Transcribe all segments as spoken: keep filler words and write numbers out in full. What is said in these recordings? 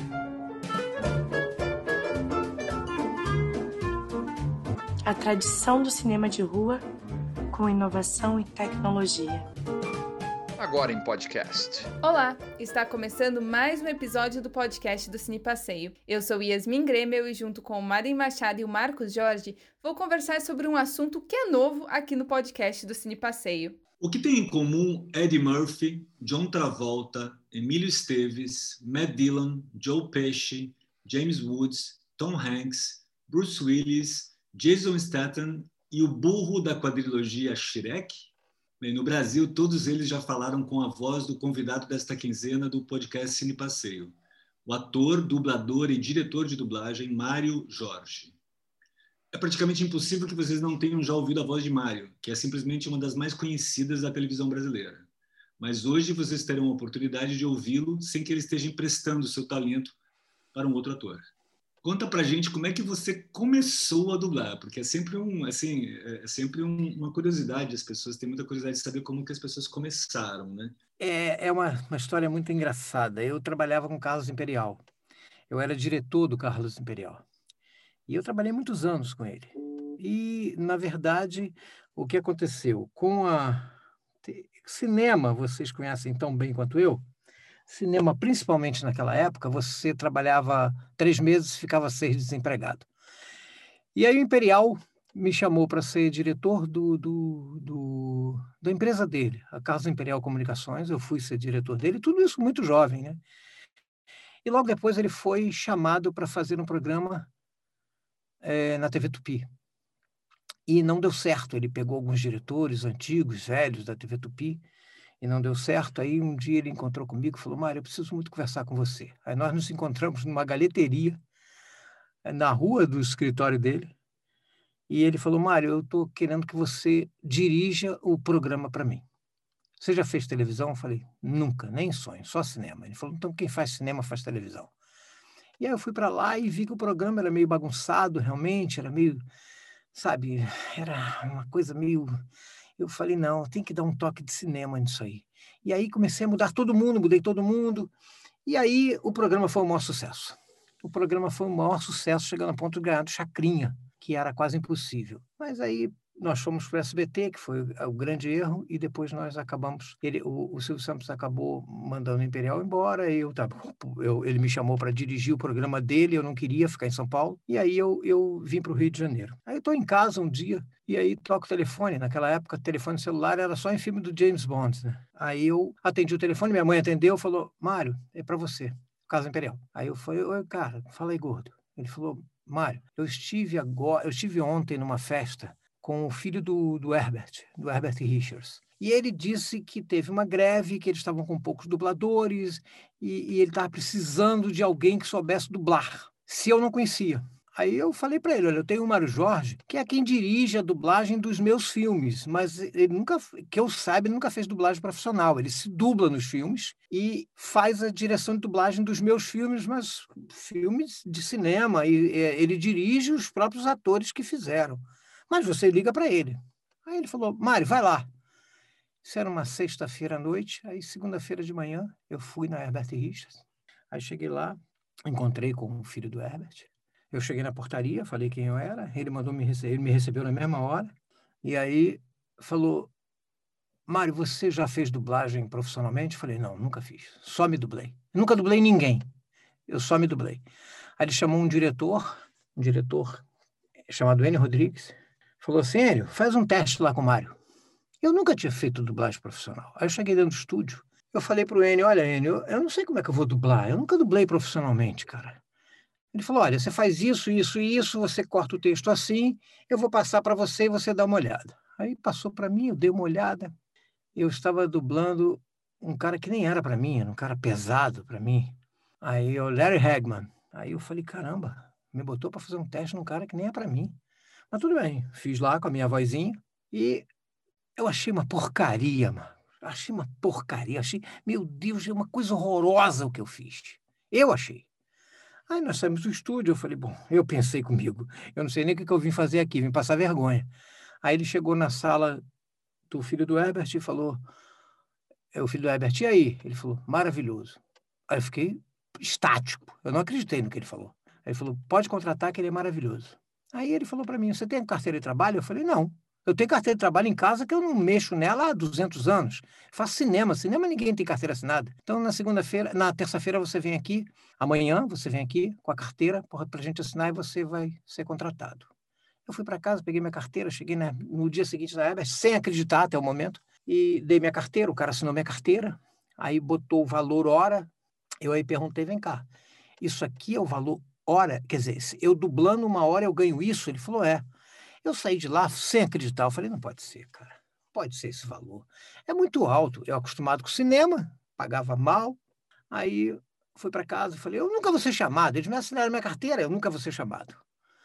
A tradição do cinema de rua com inovação e tecnologia. Agora em podcast. Olá, está começando mais um episódio do podcast do Cine Passeio. Eu sou Yasmin Gremel e junto com o Mari Machado e o Marcos Jorge, vou conversar sobre um assunto que é novo aqui no podcast do Cine Passeio. O que tem em comum Eddie Murphy, John Travolta, Emílio Esteves, Matt Dillon, Joe Pesci, James Woods, Tom Hanks, Bruce Willis, Jason Statham e o burro da quadrilogia Shrek? Bem, no Brasil, todos eles já falaram com a voz do convidado desta quinzena do podcast Cine Passeio, o ator, dublador e diretor de dublagem Mário Jorge. É praticamente impossível que vocês não tenham já ouvido a voz de Mário, que é simplesmente uma das mais conhecidas da televisão brasileira. Mas hoje vocês terão a oportunidade de ouvi-lo sem que ele esteja emprestando seu talento para um outro ator. Conta pra gente como é que você começou a dublar, porque é sempre, um, assim, é sempre um, uma curiosidade, as pessoas têm muita curiosidade de saber como que as pessoas começaram, né? É, é uma, uma história muito engraçada. Eu trabalhava com o Carlos Imperial. Eu era diretor do Carlos Imperial. E eu trabalhei muitos anos com ele. E, na verdade, o que aconteceu? Com a cinema, vocês conhecem tão bem quanto eu, cinema, principalmente naquela época, você trabalhava três meses e ficava seis desempregado. E aí o Imperial me chamou para ser diretor do, do, do, da empresa dele, a Carlos Imperial Comunicações. Eu fui ser diretor dele, tudo isso muito jovem, né? E logo depois ele foi chamado para fazer um programa é, na T V Tupi. E não deu certo. Ele pegou alguns diretores antigos, velhos da T V Tupi, e não deu certo. Aí um dia ele encontrou comigo e falou: Mário, eu preciso muito conversar com você. Aí nós nos encontramos numa galeteria, na rua do escritório dele, e ele falou: Mário, eu estou querendo que você dirija o programa para mim. Você já fez televisão? Eu falei: nunca, nem sonho, só cinema. Ele falou: então quem faz cinema faz televisão. E aí eu fui para lá e vi que o programa era meio bagunçado, realmente, era meio, sabe, era uma coisa meio... Eu falei: não, tem que dar um toque de cinema nisso aí. E aí comecei a mudar todo mundo, mudei todo mundo, e aí o programa foi o maior sucesso. O programa foi o maior sucesso, chegando a ponto de ganhar do Chacrinha, que era quase impossível. Mas aí nós fomos para o S B T, que foi o grande erro, e depois nós acabamos... Ele, o, o Silvio Santos acabou mandando o Imperial embora, e eu, tá, eu, ele me chamou para dirigir o programa dele, eu não queria ficar em São Paulo, e aí eu, eu vim para o Rio de Janeiro. Aí eu estou em casa um dia, e aí toco o telefone. Naquela época, telefone celular era só em filme do James Bond, né? Aí eu atendi o telefone, minha mãe atendeu, falou: Mário, é para você, Casa Imperial. Aí eu falei: oi, cara, fala aí, gordo. Ele falou: Mário, eu estive agora, eu estive ontem numa festa com o filho do, do Herbert, do Herbert Richards. E ele disse que teve uma greve, que eles estavam com poucos dubladores, e, e ele estava precisando de alguém que soubesse dublar, se eu não conhecia. Aí eu falei para ele: olha, eu tenho o Mário Jorge, que é quem dirige a dublagem dos meus filmes, mas ele nunca, que eu saiba, ele nunca fez dublagem profissional. Ele se dubla nos filmes e faz a direção de dublagem dos meus filmes, mas filmes de cinema, e, e ele dirige os próprios atores que fizeram. Mas você liga para ele. Aí ele falou: Mário, vai lá. Isso era uma sexta-feira à noite. Aí, segunda-feira de manhã, eu fui na Herbert Richards. Aí cheguei lá, encontrei com o filho do Herbert. Eu cheguei na portaria, falei quem eu era. Ele mandou me receber, ele me recebeu na mesma hora. E aí falou: Mário, você já fez dublagem profissionalmente? Eu falei: não, nunca fiz. Só me dublei. Nunca dublei ninguém. Eu só me dublei. Aí ele chamou um diretor, um diretor chamado Enio Rodrigues. Falou assim: Enio, faz um teste lá com o Mário. Eu nunca tinha feito dublagem profissional. Aí eu cheguei dentro do estúdio, eu falei pro Enio: olha, Enio, eu não sei como é que eu vou dublar, eu nunca dublei profissionalmente, cara. Ele falou: olha, você faz isso, isso e isso, você corta o texto assim, eu vou passar para você e você dá uma olhada. Aí passou para mim, eu dei uma olhada, eu estava dublando um cara que nem era para mim, era um cara pesado para mim. Aí o Larry Hagman. Aí eu falei: caramba, me botou para fazer um teste num cara que nem é para mim. Mas tudo bem, fiz lá com a minha vozinha e eu achei uma porcaria, mano. Achei uma porcaria, achei, meu Deus, é uma coisa horrorosa o que eu fiz. Eu achei. Aí nós saímos do estúdio, eu falei: bom, eu pensei comigo, eu não sei nem o que eu vim fazer aqui, vim passar vergonha. Aí ele chegou na sala do filho do Herbert e falou: é o filho do Herbert, e aí? Ele falou: maravilhoso. Aí eu fiquei estático. Eu não acreditei no que ele falou. Ele falou, pode contratar que ele é maravilhoso. Aí ele falou para mim, você tem carteira de trabalho? Eu falei, não. Eu tenho carteira de trabalho em casa que eu não mexo nela há duzentos anos. Faço cinema. Cinema ninguém tem carteira assinada. Então, na segunda-feira, na terça-feira você vem aqui, amanhã você vem aqui com a carteira para a gente assinar e você vai ser contratado. Eu fui para casa, peguei minha carteira, cheguei na, no dia seguinte da Ebert, sem acreditar até o momento, e dei minha carteira, o cara assinou minha carteira, aí botou o valor hora, eu aí perguntei, vem cá, isso aqui é o valor hora? Quer dizer, eu dublando uma hora eu ganho isso? Ele falou, é. Eu saí de lá sem acreditar, eu falei, não pode ser, cara, pode ser esse valor. É muito alto, eu acostumado com cinema, pagava mal, aí fui para casa e falei, eu nunca vou ser chamado, eles me assinaram minha carteira, eu nunca vou ser chamado.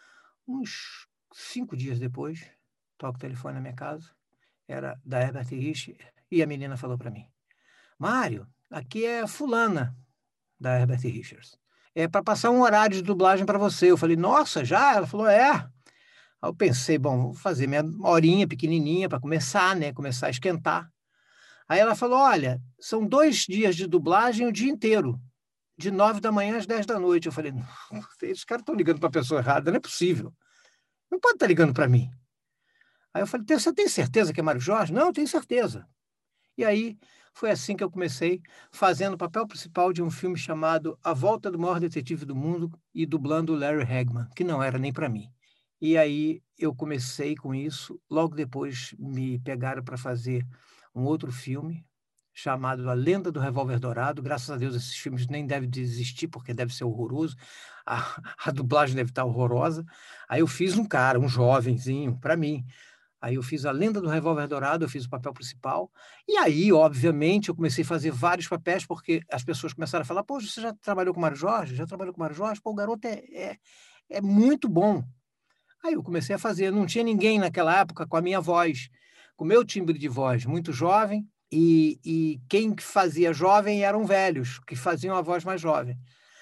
Uns cinco dias depois, toco o telefone na minha casa, era da Herbert Richards, e a menina falou para mim, Mário, aqui é fulana da Herbert Richards, é para passar um horário de dublagem para você. Eu falei, nossa, já? Ela falou, é. Aí eu pensei, bom, vou fazer minha horinha pequenininha para começar, né, começar a esquentar. Aí ela falou, olha, são dois dias de dublagem o dia inteiro, de nove da manhã às dez da noite. Eu falei, esses caras estão ligando para a pessoa errada, não é possível. Não pode estar ligando para mim. Aí eu falei, você tem certeza que é Mário Jorge? Não, eu tenho certeza. E aí foi assim que eu comecei, fazendo o papel principal de um filme chamado A Volta do Maior Detetive do Mundo e dublando Larry Hagman, que não era nem para mim. E aí eu comecei com isso, logo depois me pegaram para fazer um outro filme chamado A Lenda do Revólver Dourado. Graças a Deus esses filmes nem devem existir, porque deve ser horroroso, a, a dublagem deve estar horrorosa. Aí eu fiz um cara, um jovenzinho, para mim. Aí eu fiz A Lenda do Revólver Dourado, eu fiz o papel principal. E aí, obviamente, eu comecei a fazer vários papéis, porque as pessoas começaram a falar, pô, você já trabalhou com o Mário Jorge? Já trabalhou com o Mário Jorge? Pô, o garoto é, é, é muito bom. Aí eu comecei a fazer. Não tinha ninguém naquela época com a minha voz, com o meu timbre de voz, muito jovem, e, e quem fazia jovem eram velhos, que faziam a voz mais jovem.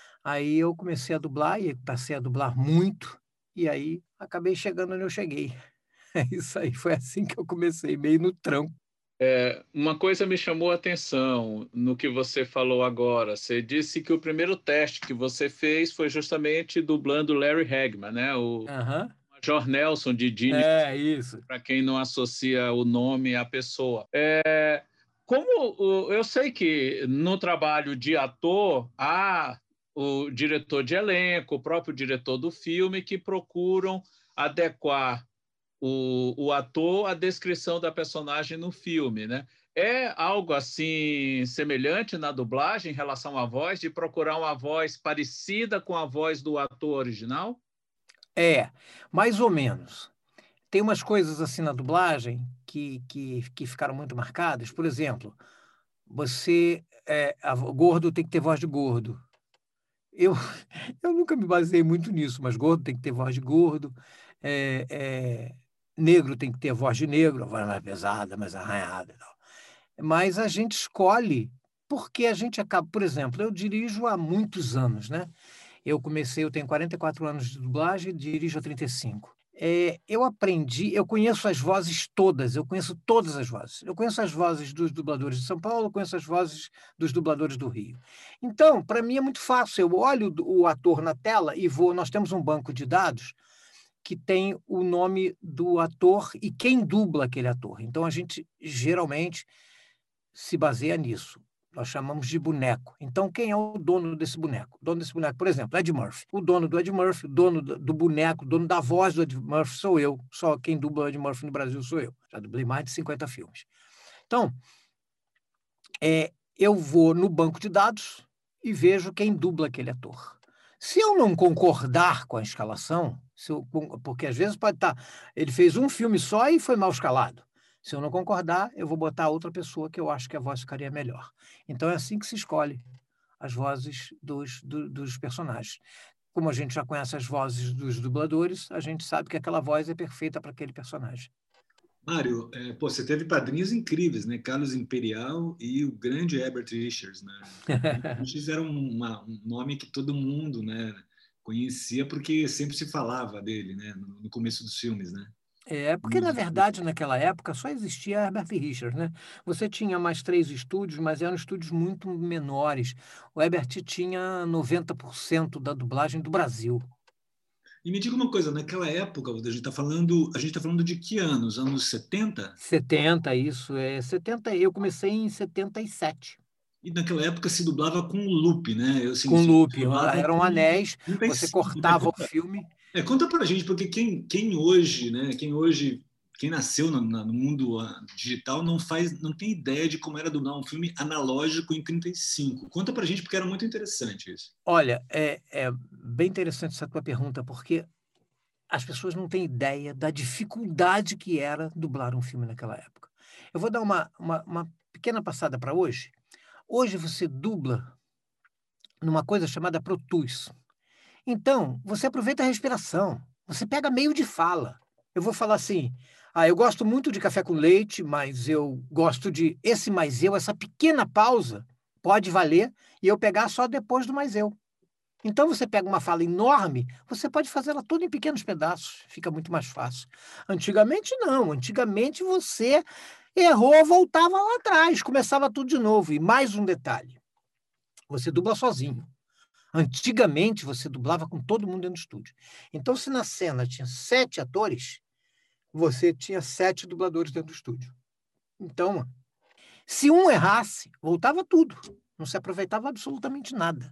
Aí eu comecei a dublar, e passei a dublar muito, e aí acabei chegando onde eu cheguei. É isso aí, foi assim que eu comecei, meio no trampo. É, uma coisa me chamou a atenção no que você falou agora. Você disse que o primeiro teste que você fez foi justamente dublando Larry Hagman, né? O Uhum. Major Nelson de Gene. É, isso. Para quem não associa o nome à pessoa. É, como eu sei que no trabalho de ator há o diretor de elenco, o próprio diretor do filme, que procuram adequar o, o ator à descrição da personagem no filme, né? É algo assim semelhante na dublagem em relação à voz, de procurar uma voz parecida com a voz do ator original? É, mais ou menos. Tem umas coisas assim na dublagem que, que, que ficaram muito marcadas. Por exemplo, você, é, a, gordo tem que ter voz de gordo. Eu, eu nunca me baseei muito nisso, mas gordo tem que ter voz de gordo, é, é, negro tem que ter voz de negro, a voz mais pesada, mais arranhada e tal. Mas a gente escolhe porque a gente acaba... Por exemplo, eu dirijo há muitos anos, né? Eu comecei, eu tenho quarenta e quatro anos de dublagem e dirijo há trinta e cinco. É, eu aprendi, eu conheço as vozes todas, eu conheço todas as vozes. Eu conheço as vozes dos dubladores de São Paulo, eu conheço as vozes dos dubladores do Rio. Então, para mim é muito fácil. Eu olho o ator na tela e vou... Nós temos um banco de dados que tem o nome do ator e quem dubla aquele ator. Então, a gente geralmente se baseia nisso. Nós chamamos de boneco. Então, quem é o dono desse boneco? O dono desse boneco, por exemplo, Ed Murphy. O dono do Ed Murphy, o dono do boneco, o dono da voz do Ed Murphy sou eu. Só quem dubla o Ed Murphy no Brasil sou eu. Já dublei mais de cinquenta filmes. Então, é, eu vou no banco de dados e vejo quem dubla aquele ator. Se eu não concordar com a escalação, se eu, porque às vezes pode estar... Ele fez um filme só e foi mal escalado. Se eu não concordar, eu vou botar outra pessoa que eu acho que a voz ficaria melhor. Então, é assim que se escolhe as vozes dos, do, dos personagens. Como a gente já conhece as vozes dos dubladores, a gente sabe que aquela voz é perfeita para aquele personagem. Mário, é, pô, você teve padrinhos incríveis, né? Carlos Imperial e o grande Herbert Richards, né? Herbert Richards era um, uma, um nome que todo mundo, né, conhecia porque sempre se falava dele, né? No, no começo dos filmes, né? É, porque, na verdade, naquela época só existia Herbert Richards, né? Você tinha mais três estúdios, mas eram estúdios muito menores. O Herbert tinha noventa por cento da dublagem do Brasil. E me diga uma coisa, naquela época, a gente está falando, a gente tá falando de que anos? Anos setenta? setenta, isso. É setenta, eu comecei em setenta e sete. E naquela época se dublava com loop, né? Eu, assim, Com se loop. dublava Eram com anéis, trinta e você cinco, né? cortava o Conta, filme. é, conta pra gente, porque quem, quem hoje, né? Quem hoje, quem nasceu no, no mundo digital não faz, não tem ideia de como era dublar um filme analógico em trinta e cinco. Conta pra gente, porque era muito interessante isso. Olha, é, é bem interessante essa tua pergunta, porque as pessoas não têm ideia da dificuldade que era dublar um filme naquela época. Eu vou dar uma, uma, uma pequena passada para hoje. Hoje você dubla numa coisa chamada Pro Tools. Então, você aproveita a respiração, você pega meio de fala. Eu vou falar assim, ah, eu gosto muito de café com leite, mas eu gosto de esse mais eu, essa pequena pausa pode valer e eu pegar só depois do mais eu. Então, você pega uma fala enorme, você pode fazê-la toda em pequenos pedaços, fica muito mais fácil. Antigamente, não. Antigamente, você errou, voltava lá atrás, começava tudo de novo. E mais um detalhe, você dubla sozinho. Antigamente, você dublava com todo mundo dentro do estúdio. Então, se na cena tinha sete atores, você tinha sete dubladores dentro do estúdio. Então, se um errasse, voltava tudo. Não se aproveitava absolutamente nada.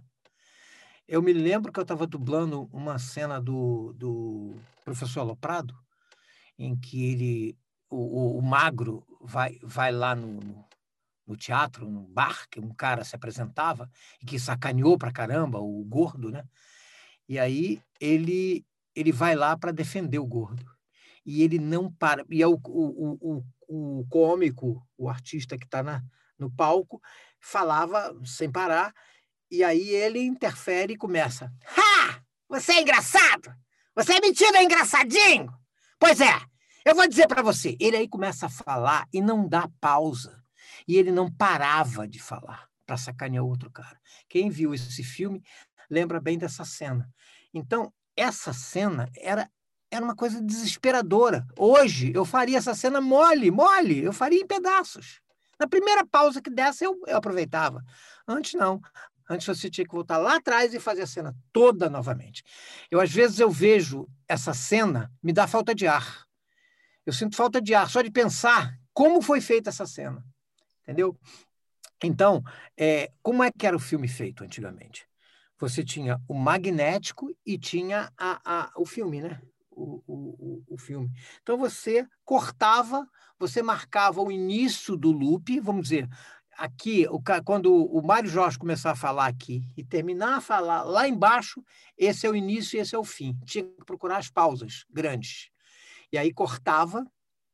Eu me lembro que eu estava dublando uma cena do, do Professor Aloprado, em que ele, o, o, o magro vai, vai lá no, no, no teatro, num bar, que um cara se apresentava e que sacaneou pra caramba, o gordo, né? E aí ele, ele vai lá para defender o gordo. E ele não para. E é o, o, o, o cômico, o artista que está no palco, falava sem parar. E aí ele interfere e começa. Ha! Você é engraçado! Você é metido, é engraçadinho! Pois é, eu vou dizer para você. Ele aí começa a falar e não dá pausa. E ele não parava de falar para sacanear o outro cara. Quem viu esse filme lembra bem dessa cena. Então, essa cena era, era uma coisa desesperadora. Hoje, eu faria essa cena mole, mole. Eu faria em pedaços. Na primeira pausa que desse, eu, eu aproveitava. Antes, não. Antes você tinha que voltar lá atrás e fazer a cena toda novamente. Eu, às vezes, eu vejo essa cena, me dá falta de ar. Eu sinto falta de ar só de pensar como foi feita essa cena. Entendeu? Então, é, como é que era o filme feito antigamente? Você tinha o magnético e tinha a, a, o filme, né? O, o, o filme. Então, você cortava, você marcava o início do loop, vamos dizer... Aqui, o, quando o Mário Jorge começar a falar aqui e terminar a falar lá embaixo, esse é o início e esse é o fim. Tinha que procurar as pausas grandes. E aí cortava,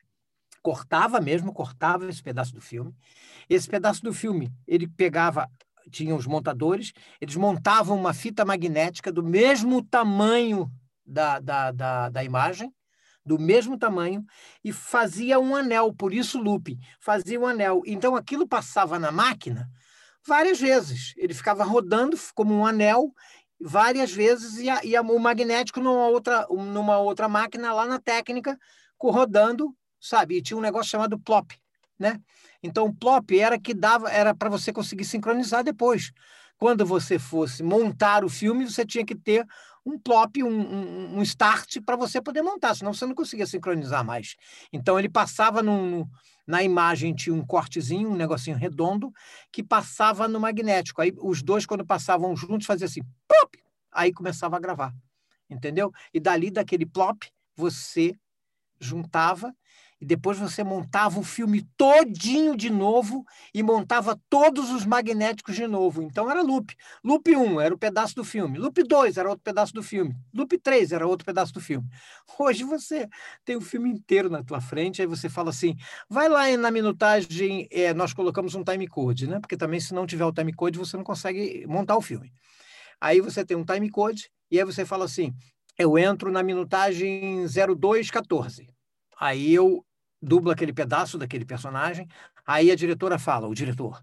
cortava mesmo, cortava esse pedaço do filme. Esse pedaço do filme, ele pegava, tinha os montadores, eles montavam uma fita magnética do mesmo tamanho da, da, da, da imagem, do mesmo tamanho, e fazia um anel, por isso loop, fazia um anel. Então, aquilo passava na máquina várias vezes. Ele ficava rodando como um anel várias vezes, e, a, e a, o magnético numa outra, numa outra máquina lá na técnica, rodando, sabe? E tinha um negócio chamado plop, né? Então, o plop era que dava, era para você conseguir sincronizar depois. Quando você fosse montar o filme, você tinha que ter um plop, um, um, um start para você poder montar, senão você não conseguia sincronizar mais. Então, ele passava no, no, na imagem, tinha um cortezinho, um negocinho redondo, que passava no magnético. Aí, os dois, quando passavam juntos, faziam assim, plop! Aí começava a gravar, entendeu? E dali, daquele plop, você juntava e depois você montava o filme todinho de novo e montava todos os magnéticos de novo. Então era loop. Loop um era o pedaço do filme. Loop dois era outro pedaço do filme. Loop três era outro pedaço do filme. Hoje você tem o filme inteiro na tua frente, aí você fala assim, vai lá na minutagem, é, nós colocamos um timecode, né? Porque também se não tiver o timecode, você não consegue montar o filme. Aí você tem um timecode e aí você fala assim, eu entro na minutagem zero dois quatorze. Aí eu dublo aquele pedaço daquele personagem, aí a diretora fala, o diretor,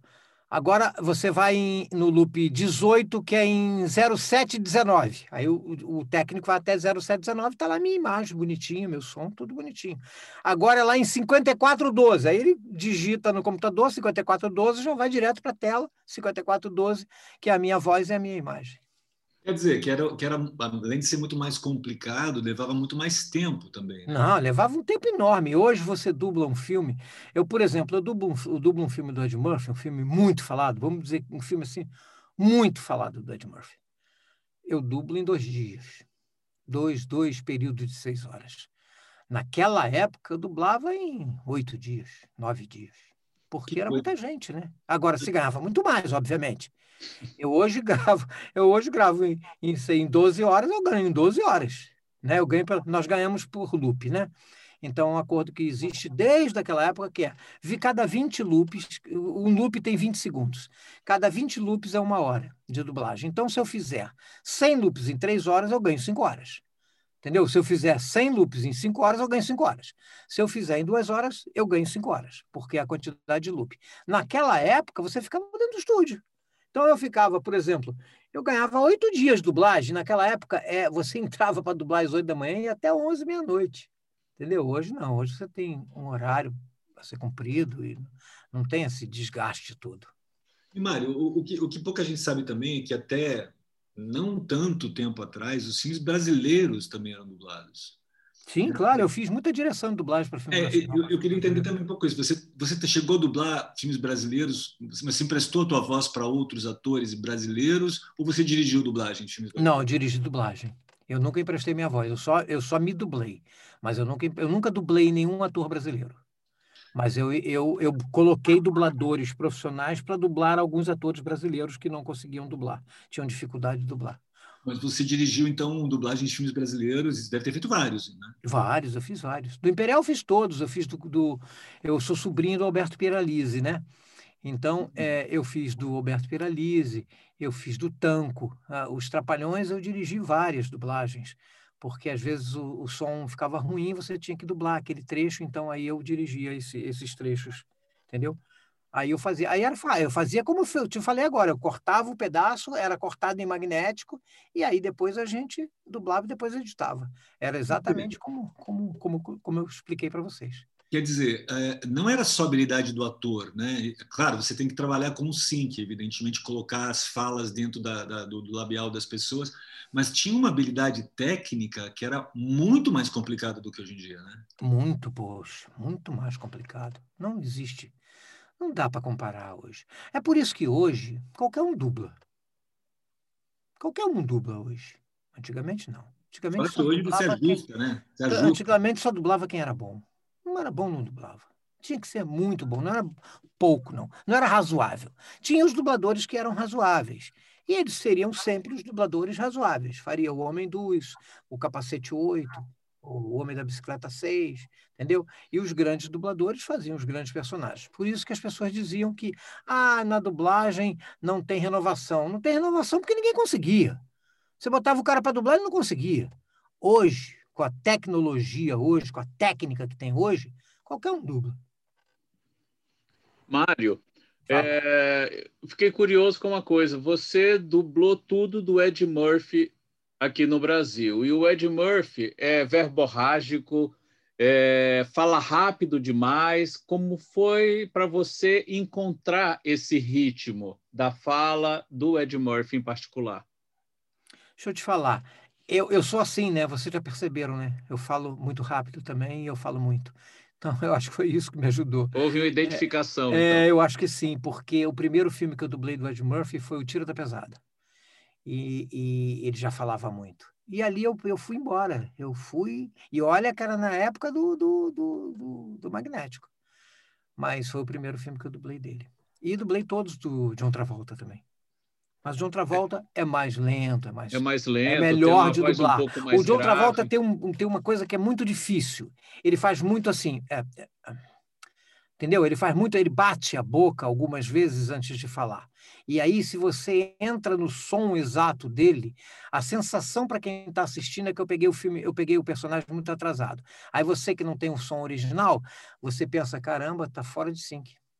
Agora você vai em, no loop dezoito, que é em zero sete dezenove. Aí o, o técnico vai até zero sete dezenove, está lá a minha imagem bonitinha, meu som, tudo bonitinho. Agora é lá em cinquenta e quatro doze. Aí ele digita no computador cinquenta e quatro doze, já vai direto para a tela cinquenta e quatro doze, que é a minha voz e a minha imagem. Quer dizer, que era, que era, além de ser muito mais complicado, levava muito mais tempo também, né? Não, levava um tempo enorme. Hoje você dubla um filme. Eu, por exemplo, eu dublo um, eu dublo um filme do Ed Murphy, um filme muito falado, vamos dizer, um filme assim, muito falado do Ed Murphy. Eu dublo em dois dias. Dois, dois períodos de seis horas. Naquela época, eu dublava em oito dias, nove dias. Porque Que era coisa. muita gente, né? Agora, se ganhava muito mais, obviamente. Eu hoje gravo, eu hoje gravo em, em, sei, em doze horas, eu ganho em doze horas. Né? Eu ganho, pela- nós ganhamos por loop, né? Então, é um acordo que existe desde aquela época, que é, vi cada vinte loops, um loop tem vinte segundos. Cada vinte loops é uma hora de dublagem. Então, se eu fizer cem loops em três horas, eu ganho cinco horas. Entendeu? Se eu fizer cem loops em cinco horas, eu ganho cinco horas. Se eu fizer em duas horas, eu ganho cinco horas, porque é a quantidade de loop. Naquela época, você ficava dentro do estúdio. Então, eu ficava, por exemplo, eu ganhava oito dias de dublagem. Naquela época, é, você entrava para dublar às oito da manhã e até onze, meia-noite. Entendeu? Hoje não. Hoje você tem um horário a ser cumprido e não tem esse desgaste todo. E, Mário, o, o, que, o que pouca gente sabe também é que até não tanto tempo atrás, os filmes brasileiros também eram dublados. Sim, claro. Eu fiz muita direção de dublagem para filme É, nacional. eu, eu queria entender também um pouco isso. Você, você chegou a dublar filmes brasileiros, mas você emprestou a tua voz para outros atores brasileiros ou você dirigiu dublagem de filmes brasileiros? Não, eu dirigi dublagem. Eu nunca emprestei minha voz, eu só, eu só me dublei. Mas eu nunca, eu nunca dublei nenhum ator brasileiro. Mas eu, eu, eu coloquei dubladores profissionais para dublar alguns atores brasileiros que não conseguiam dublar, tinham dificuldade de dublar. Mas você dirigiu, então, dublagem de filmes brasileiros, e deve ter feito vários, né? Vários, eu fiz vários. Do Imperial eu fiz todos, eu fiz do, do eu sou sobrinho do Alberto Pieralisi, né? Então, é, eu fiz do Alberto Pieralisi, eu fiz do Tanco. Ah, os Trapalhões eu dirigi várias dublagens, porque às vezes o, o som ficava ruim, você tinha que dublar aquele trecho, então aí eu dirigia esse, esses trechos, entendeu? Aí eu fazia, aí era, fa- eu fazia como eu te falei agora, eu cortava o pedaço, era cortado em magnético, e aí depois a gente dublava e depois editava. Era exatamente como, como, como, como eu expliquei para vocês. Quer dizer, é, não era só a habilidade do ator, né? Claro, você tem que trabalhar com o sync, evidentemente, colocar as falas dentro da, da, do, do labial das pessoas, mas tinha uma habilidade técnica que era muito mais complicada do que hoje em dia, né? Muito, poxa, muito mais complicado. Não existe. Não dá para comparar hoje. É por isso que hoje qualquer um dubla. Qualquer um dubla hoje. Antigamente não. Antigamente Fora que só hoje você dublava quem. ajusta, né? Você ajusta. Antigamente só dublava quem era bom. Não era bom, não dublava. Tinha que ser muito bom, não era pouco, não. Não era razoável. Tinha os dubladores que eram razoáveis. E eles seriam sempre os dubladores razoáveis. Faria o Homem Luz, o Capacete oito, o Homem da Bicicleta seis, entendeu? E os grandes dubladores faziam os grandes personagens. Por isso que as pessoas diziam que ah, na dublagem não tem renovação. Não tem renovação porque ninguém conseguia. Você botava o cara para dublar e não conseguia. Hoje, com a tecnologia hoje, com a técnica que tem hoje, qualquer um dubla. Mário, é, fiquei curioso com uma coisa. Você dublou tudo do Ed Murphy aqui no Brasil. E o Ed Murphy é verborrágico, é, fala rápido demais. Como foi para você encontrar esse ritmo da fala do Ed Murphy em particular? Deixa eu te falar. Eu, eu sou assim, né? Vocês já perceberam, né? Eu falo muito rápido também e eu falo muito. Então, eu acho que foi isso que me ajudou. Houve uma identificação, é, então. É, eu acho que sim, porque o primeiro filme que eu dublei do Ed Murphy foi O Tiro da Pesada. E, e ele já falava muito. E ali eu, eu fui embora. Eu fui... E olha que era na época do, do, do, do, do Magnético. Mas foi o primeiro filme que eu dublei dele. E dublei todos do John Travolta também. Mas John Travolta é mais lento, é mais, É mais é lento, tem melhor uma de voz um dublar. pouco O mais John Travolta grave. tem, um, tem uma coisa que é muito difícil. Ele faz muito assim, é, é, entendeu? Ele faz muito, ele bate a boca algumas vezes antes de falar. E aí, se você entra no som exato dele, a sensação para quem está assistindo é que eu peguei o filme, eu peguei o personagem muito atrasado. Aí você que não tem o som original, você pensa, caramba, tá fora de sync.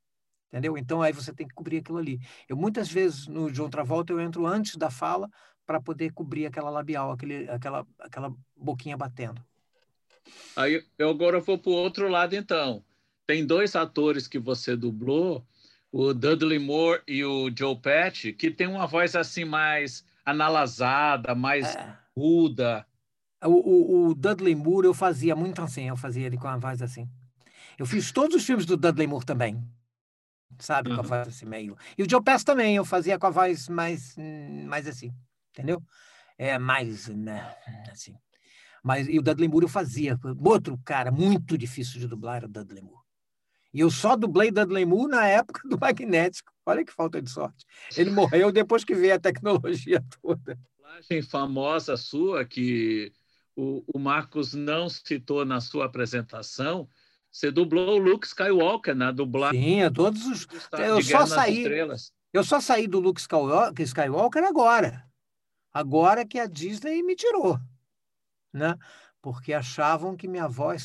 entendeu? Então, aí você tem que cobrir aquilo ali. Eu, muitas vezes, no John Travolta, eu entro antes da fala para poder cobrir aquela labial, aquele, aquela, aquela boquinha batendo. Aí eu agora vou para o outro lado, então. Tem dois atores que você dublou, o Dudley Moore e o Joe Pesci, que tem uma voz assim mais analasada, mais É. ruda. O, o, o Dudley Moore eu fazia muito assim, eu fazia ele com a voz assim. Eu fiz todos os filmes do Dudley Moore também, sabe, com a Uhum. voz assim meio. E o Joe Pesci também, eu fazia com a voz mais, mais assim, entendeu? É mais, né, assim. Mas, e o Dudley Moore eu fazia. Outro cara muito difícil de dublar era o Dudley Moore. E eu só dublei Dudley Moore na época do Magnético. Olha que falta de sorte. Ele morreu depois que veio a tecnologia toda. Dublagem famosa sua, que o, o Marcos não citou na sua apresentação, você dublou o Luke Skywalker na dublagem Sim, eu todos os. de, Star- Eu de só Guerra nas saí. Estrelas. Eu só saí do Luke Skywalker, Skywalker agora. Agora que a Disney me tirou, né? Porque achavam que minha voz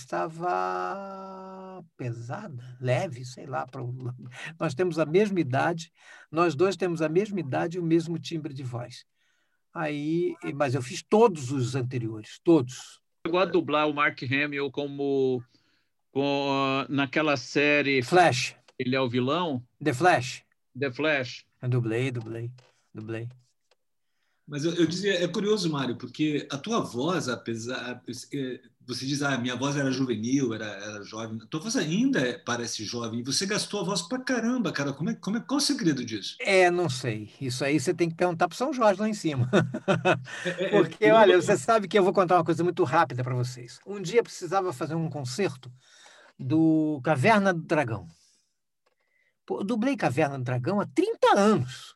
estava pesada, leve, sei lá. Pra... Nós temos a mesma idade, nós dois temos a mesma idade e o mesmo timbre de voz. Aí, mas eu fiz todos os anteriores, todos. Chegou a dublar o Mark Hamill como com, naquela série Flash, ele é o vilão, The Flash. The Flash. Eu dublei, dublei, dublei. Mas eu, eu dizia, é curioso, Mário, porque a tua voz, apesar. Você diz, ah, minha voz era juvenil, era, era jovem. A tua voz ainda é- parece jovem. E você gastou a voz pra caramba, cara. Como é, como é, qual o segredo disso? É, não sei. Isso aí você tem que perguntar para São Jorge lá em cima. É, é, é, Porque, eu, olha, você sabe que eu vou contar uma coisa muito rápida para vocês. Um dia eu precisava fazer um concerto do Caverna do Dragão. Pô, eu dublei Caverna do Dragão há trinta anos.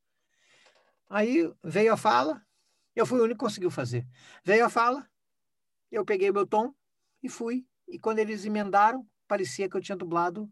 Aí veio a fala, eu fui o único que conseguiu fazer. Veio a fala, eu peguei meu tom e fui. E quando eles emendaram, parecia que eu tinha dublado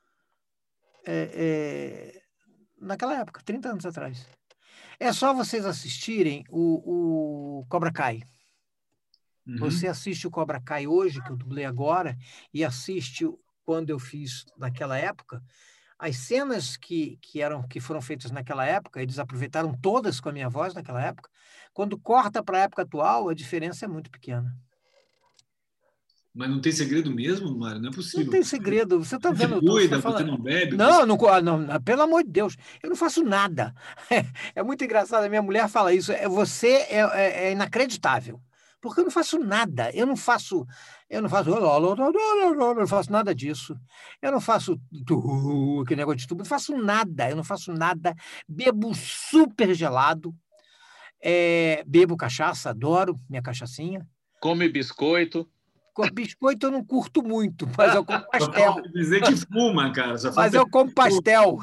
é, é, naquela época, trinta anos atrás. É só vocês assistirem o, o Cobra Kai. Uhum. Você assiste o Cobra Kai hoje, que eu dublei agora, e assiste quando eu fiz naquela época. As cenas que, que, eram, que foram feitas naquela época, eles aproveitaram todas com a minha voz naquela época. Quando corta para a época atual, a diferença é muito pequena. Mas não tem segredo mesmo, Mário? Não é Não possível. tem segredo. Você está Você vendo? cuida, Você fala... você não bebe. Não, não, não, não, pelo amor de Deus, eu não faço nada. É, é muito engraçado, a minha mulher fala isso. É, você é, é, é inacreditável. Porque eu não faço nada. Eu não faço. Eu não faço. Eu não faço nada disso. Eu não faço aquele negócio de tubo. Eu não faço nada. Eu não faço nada. Bebo super gelado. É, bebo cachaça, adoro minha cachaçinha. Come biscoito. Com biscoito eu não curto muito, mas eu como Só pastel. falta dizer que fuma, cara. Só Mas falta eu como pastel.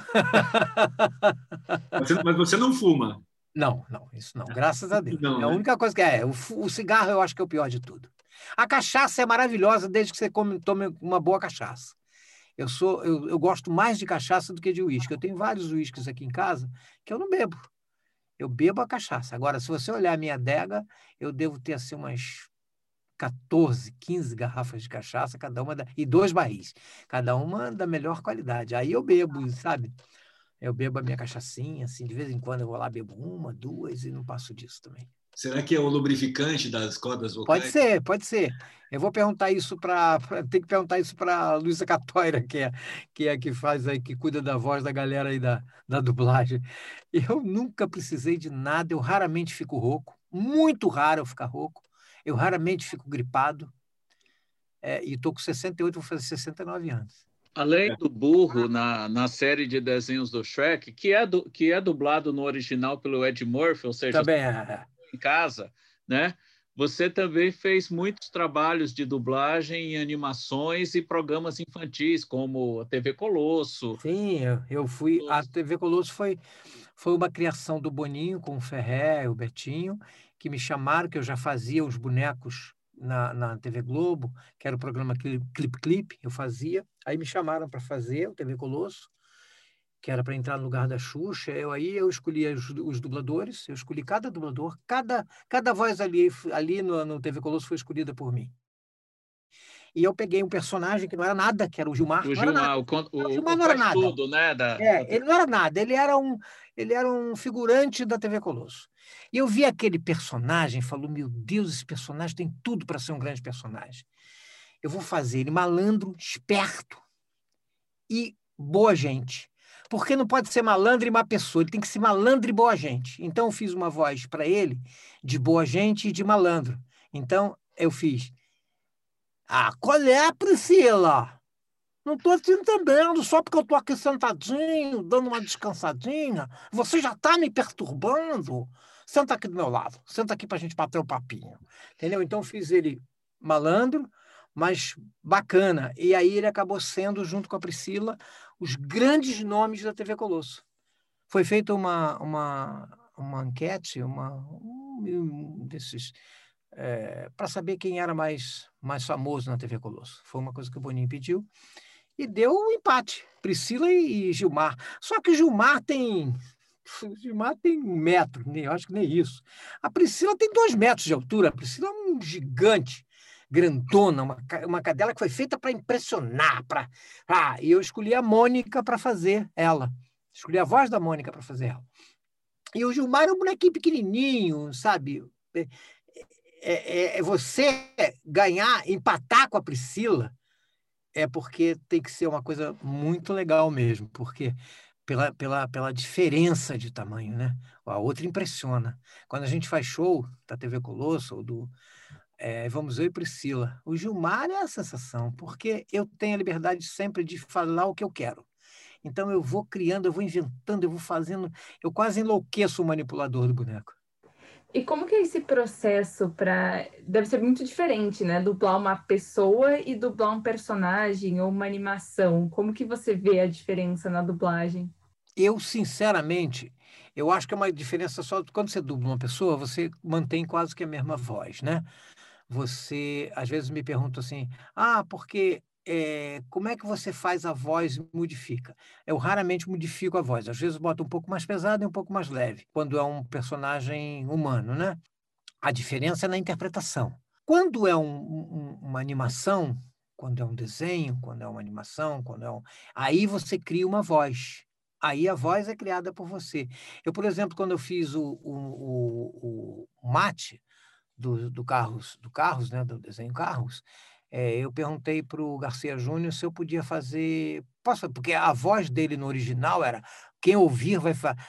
Você- Mas você não fuma. Não, não, isso não, graças a Deus. Não, É a né? única coisa que é. O, fu- o cigarro eu acho que é o pior de tudo. A cachaça é maravilhosa desde que você come, tome uma boa cachaça. Eu sou, eu, eu gosto mais de cachaça do que de uísque. Eu tenho vários uísques aqui em casa que eu não bebo. Eu bebo a cachaça. Agora, se você olhar a minha adega, eu devo ter assim umas quatorze, quinze garrafas de cachaça, cada uma da, e dois barris, cada uma da melhor qualidade. Aí eu bebo, sabe? Eu bebo a minha cachaçinha, assim, de vez em quando eu vou lá, bebo uma, duas e não passo disso também. Será que é o lubrificante das cordas vocais? Pode ser, pode ser. Eu vou perguntar isso para. Tem que perguntar isso para a Luísa Catóira, que é, que é a que faz aí, que cuida da voz da galera aí da, da dublagem. Eu nunca precisei de nada, eu raramente fico rouco, muito raro eu ficar rouco, eu raramente fico gripado, é, e estou com sessenta e oito, vou fazer sessenta e nove anos. Além do burro na, na série de desenhos do Shrek, que é, do, que é dublado no original pelo Ed Murphy, ou seja, Também é. em casa, né? Você também fez muitos trabalhos de dublagem em animações e programas infantis, como a T V Colosso. Sim, eu, eu fui. A T V Colosso foi, foi uma criação do Boninho com o Ferré, o Betinho, que me chamaram, que eu já fazia os bonecos na, na T V Globo, que era o programa Clip Clip, eu fazia. Aí me chamaram para fazer o T V Colosso, que era para entrar no lugar da Xuxa. Eu aí eu escolhi os, os dubladores, eu escolhi cada dublador, cada, cada voz ali, ali no, no T V Colosso foi escolhida por mim. E eu peguei um personagem que não era nada, que era o Gilmar. O não era nada. Gilmar, o, con- O o, Gilmar o não era faz nada. tudo, né? Da, É, da- ele não era nada, ele era um, ele era um figurante da T V Colosso. E eu vi aquele personagem e falou, meu Deus, esse personagem tem tudo para ser um grande personagem. Eu vou fazer ele malandro, esperto e boa gente. Porque não pode ser malandro e má pessoa, ele tem que ser malandro e boa gente. Então eu fiz uma voz para ele de boa gente e de malandro. Então eu fiz, ah, qual é, Priscila? Não estou te entendendo, só porque eu estou aqui sentadinho, dando uma descansadinha, você já está me perturbando. Senta aqui do meu lado, senta aqui para a gente bater o papinho. Entendeu? Então, fiz ele malandro, mas bacana. E aí ele acabou sendo, junto com a Priscila, os grandes nomes da T V Colosso. Foi feita uma, uma, uma enquete, uma, um desses... É, para saber quem era mais, mais famoso na T V Colosso. Foi uma coisa que o Boninho pediu. E deu um empate, Priscila e Gilmar. Só que Gilmar tem... Gilmar tem um metro, nem, eu acho que nem isso. A Priscila tem dois metros de altura. A Priscila é um gigante, grandona, uma, uma cadela que foi feita para impressionar. Pra... Ah, e eu escolhi a Mônica para fazer ela. Escolhi a voz da Mônica para fazer ela. E o Gilmar é um bonequinho pequenininho, sabe? É, é, é você ganhar, empatar com a Priscila, é porque tem que ser uma coisa muito legal mesmo, porque pela, pela, pela diferença de tamanho, né? A outra impressiona. Quando a gente faz show da T V Colosso, ou do é, Vamos Eu e Priscila, o Gilmar é a sensação, porque eu tenho a liberdade sempre de falar o que eu quero. Então eu vou criando, eu vou inventando, eu vou fazendo, eu quase enlouqueço o manipulador do boneco. E como que é esse processo para... Deve ser muito diferente, né? Dublar uma pessoa e dublar um personagem ou uma animação. Como que você vê a diferença na dublagem? Eu, sinceramente, eu acho que é uma diferença só... Quando você dubla uma pessoa, você mantém quase que a mesma voz, né? Você, às vezes, me pergunta assim, ah, porque... É, como é que você faz a voz e modifica? Eu raramente modifico a voz. Às vezes boto um pouco mais pesado e um pouco mais leve, quando é um personagem humano, né? A diferença é na interpretação. Quando é um, um, uma animação, quando é um desenho, quando é uma animação, quando é um... aí você cria uma voz. Aí a voz é criada por você. Eu, por exemplo, quando eu fiz o, o, o, o mate do, do Carros, do Carros, né? Do desenho Carros, É, eu perguntei para o Garcia Júnior se eu podia fazer... Posso? Porque a voz dele no original era... Quem ouvir vai falar...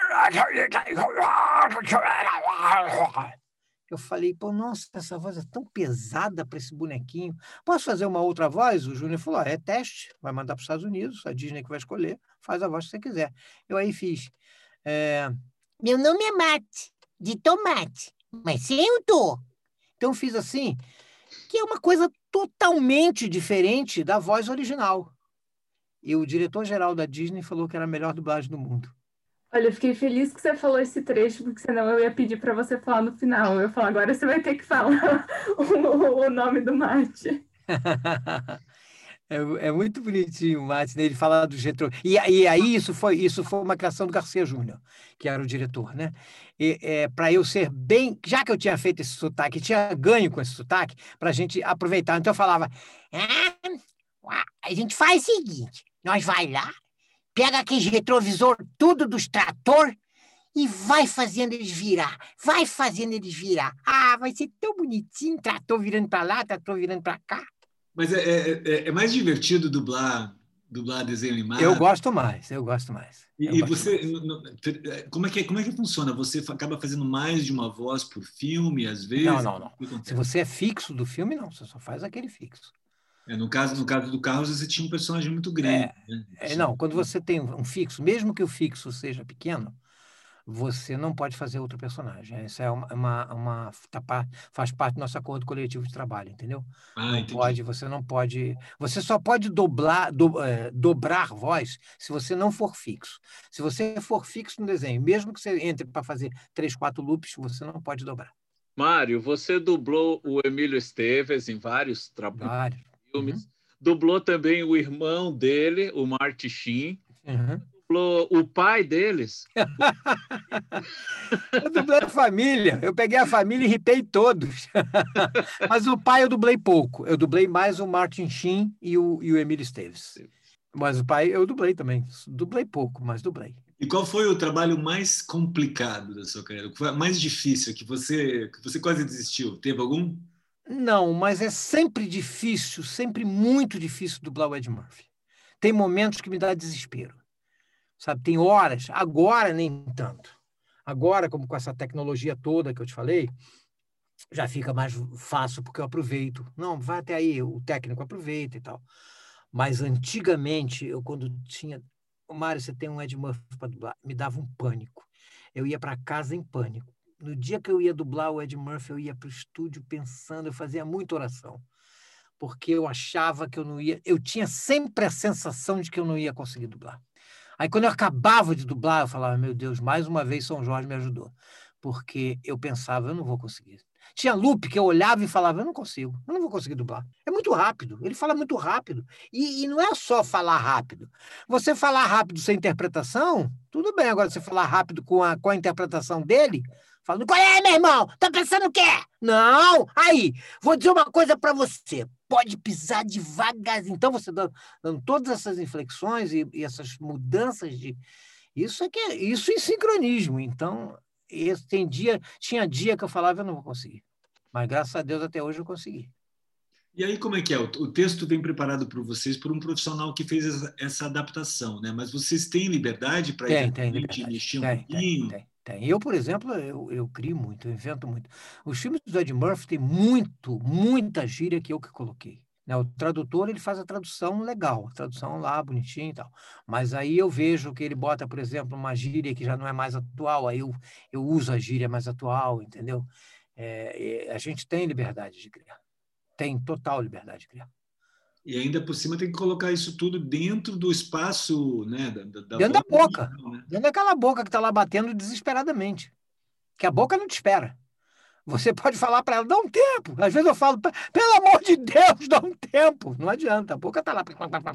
Eu falei, pô, nossa, essa voz é tão pesada para esse bonequinho. Posso fazer uma outra voz? O Júnior falou, é teste, vai mandar para os Estados Unidos, a Disney que vai escolher, faz a voz que você quiser. Eu aí fiz... É, meu nome é Mate, de tomate, mas sem o dor. Então fiz assim... que é uma coisa totalmente diferente da voz original. E o diretor-geral da Disney falou que era a melhor dublagem do mundo. Olha, eu fiquei feliz que você falou esse trecho, porque senão eu ia pedir para você falar no final. Eu ia falar, agora você vai ter que falar o, o nome do mate. É, é muito bonitinho o Mate, né? Ele fala do jeito... E, e aí isso foi, isso foi uma criação do Garcia Júnior, que era o diretor, né? E, é, para eu ser bem... Já que eu tinha feito esse sotaque, tinha ganho com esse sotaque, para a gente aproveitar. Então eu falava... Ah, a gente faz o seguinte, nós vai lá, pega aquele retrovisor tudo dos trator e vai fazendo eles virar, vai fazendo eles virar. Ah, vai ser tão bonitinho, trator virando para lá, trator virando para cá. Mas é, é, é mais divertido dublar, dublar desenho animado? Eu gosto mais, eu gosto mais. E, eu e gosto você, mais. como é, que, como é que funciona? Você acaba fazendo mais de uma voz por filme, às vezes? Não, não, não. Se você é fixo do filme, não. Você só faz aquele fixo. É, no, caso, no caso do Carros, você tinha um personagem muito grande. É, né? é, não, quando você tem um fixo, mesmo que o fixo seja pequeno, você não pode fazer outro personagem. Isso é uma, uma, uma tá, faz parte do nosso acordo coletivo de trabalho, entendeu? Ah, não entendi. pode, você não pode, você só pode doblar, do, é, dobrar voz se você não for fixo. Se você for fixo no desenho, mesmo que você entre para fazer três, quatro loops, você não pode dobrar. Mário, você dublou o Emílio Esteves em vários trabalhos, filmes. Uhum. Dublou também o irmão dele, o Marty Sheen. Uhum. o pai deles. Eu dublei a família. Eu peguei a família e ripei todos. Mas o pai eu dublei pouco. Eu dublei mais o Martin Sheen e o, e o Emílio Esteves. Mas o pai eu dublei também. Dublei pouco, mas dublei. E qual foi o trabalho mais complicado da sua carreira? O que foi mais difícil, que você, que você quase desistiu? Teve algum? Não, mas é sempre difícil, sempre muito difícil dublar o Ed Murphy. Tem momentos que me dá desespero. Sabe, tem horas, agora nem tanto. Agora, como com essa tecnologia toda que eu te falei, já fica mais fácil porque eu aproveito. Não, vai até aí, o técnico aproveita e tal. Mas antigamente, eu quando tinha... Mário, você tem um Ed Murphy para dublar, me dava um pânico. Eu ia para casa em pânico. No dia que eu ia dublar o Ed Murphy, eu ia para o estúdio pensando, eu fazia muita oração. Porque eu achava que eu não ia... Eu tinha sempre a sensação de que eu não ia conseguir dublar. Aí, quando eu acabava de dublar, eu falava, meu Deus, mais uma vez São Jorge me ajudou. Porque eu pensava, eu não vou conseguir. Tinha loop que eu olhava e falava, eu não consigo, eu não vou conseguir dublar. É muito rápido, ele fala muito rápido. E, e não é só falar rápido. Você falar rápido sem interpretação, tudo bem. Agora, você falar rápido com a, com a interpretação dele, falando, qual é, meu irmão? Tá pensando o quê? Não! Aí, vou dizer uma coisa para você. Pode pisar devagarzinho. Então, você dando, dando todas essas inflexões e, e essas mudanças de... Isso é que é, isso em sincronismo. Então, esse, tem dia, tinha dia que eu falava, eu não vou conseguir. Mas, graças a Deus, até hoje eu consegui. E aí, como é que é? O texto vem preparado por vocês, por um profissional que fez essa, essa adaptação, né? Mas vocês têm liberdade para tem, tem liberdade. mexer um tem, pouquinho? Tem, tem, tem. Eu, por exemplo, eu, eu crio muito, eu invento muito. Os filmes do Ed Murphy tem muito, muita gíria que eu que coloquei. Né? O tradutor, ele faz a tradução legal, a tradução lá, bonitinha e tal. Mas aí eu vejo que ele bota, por exemplo, uma gíria que já não é mais atual, aí eu, eu uso a gíria mais atual, entendeu? É, a gente tem liberdade de criar. Tem total liberdade de criar. E ainda por cima tem que colocar isso tudo dentro do espaço, né? Da, da dentro da boca. Original, né? Dentro daquela boca que está lá batendo desesperadamente. Que a boca não te espera. Você pode falar para ela, dá um tempo. Às vezes eu falo, pelo amor de Deus, dá um tempo. Não adianta, a boca está lá.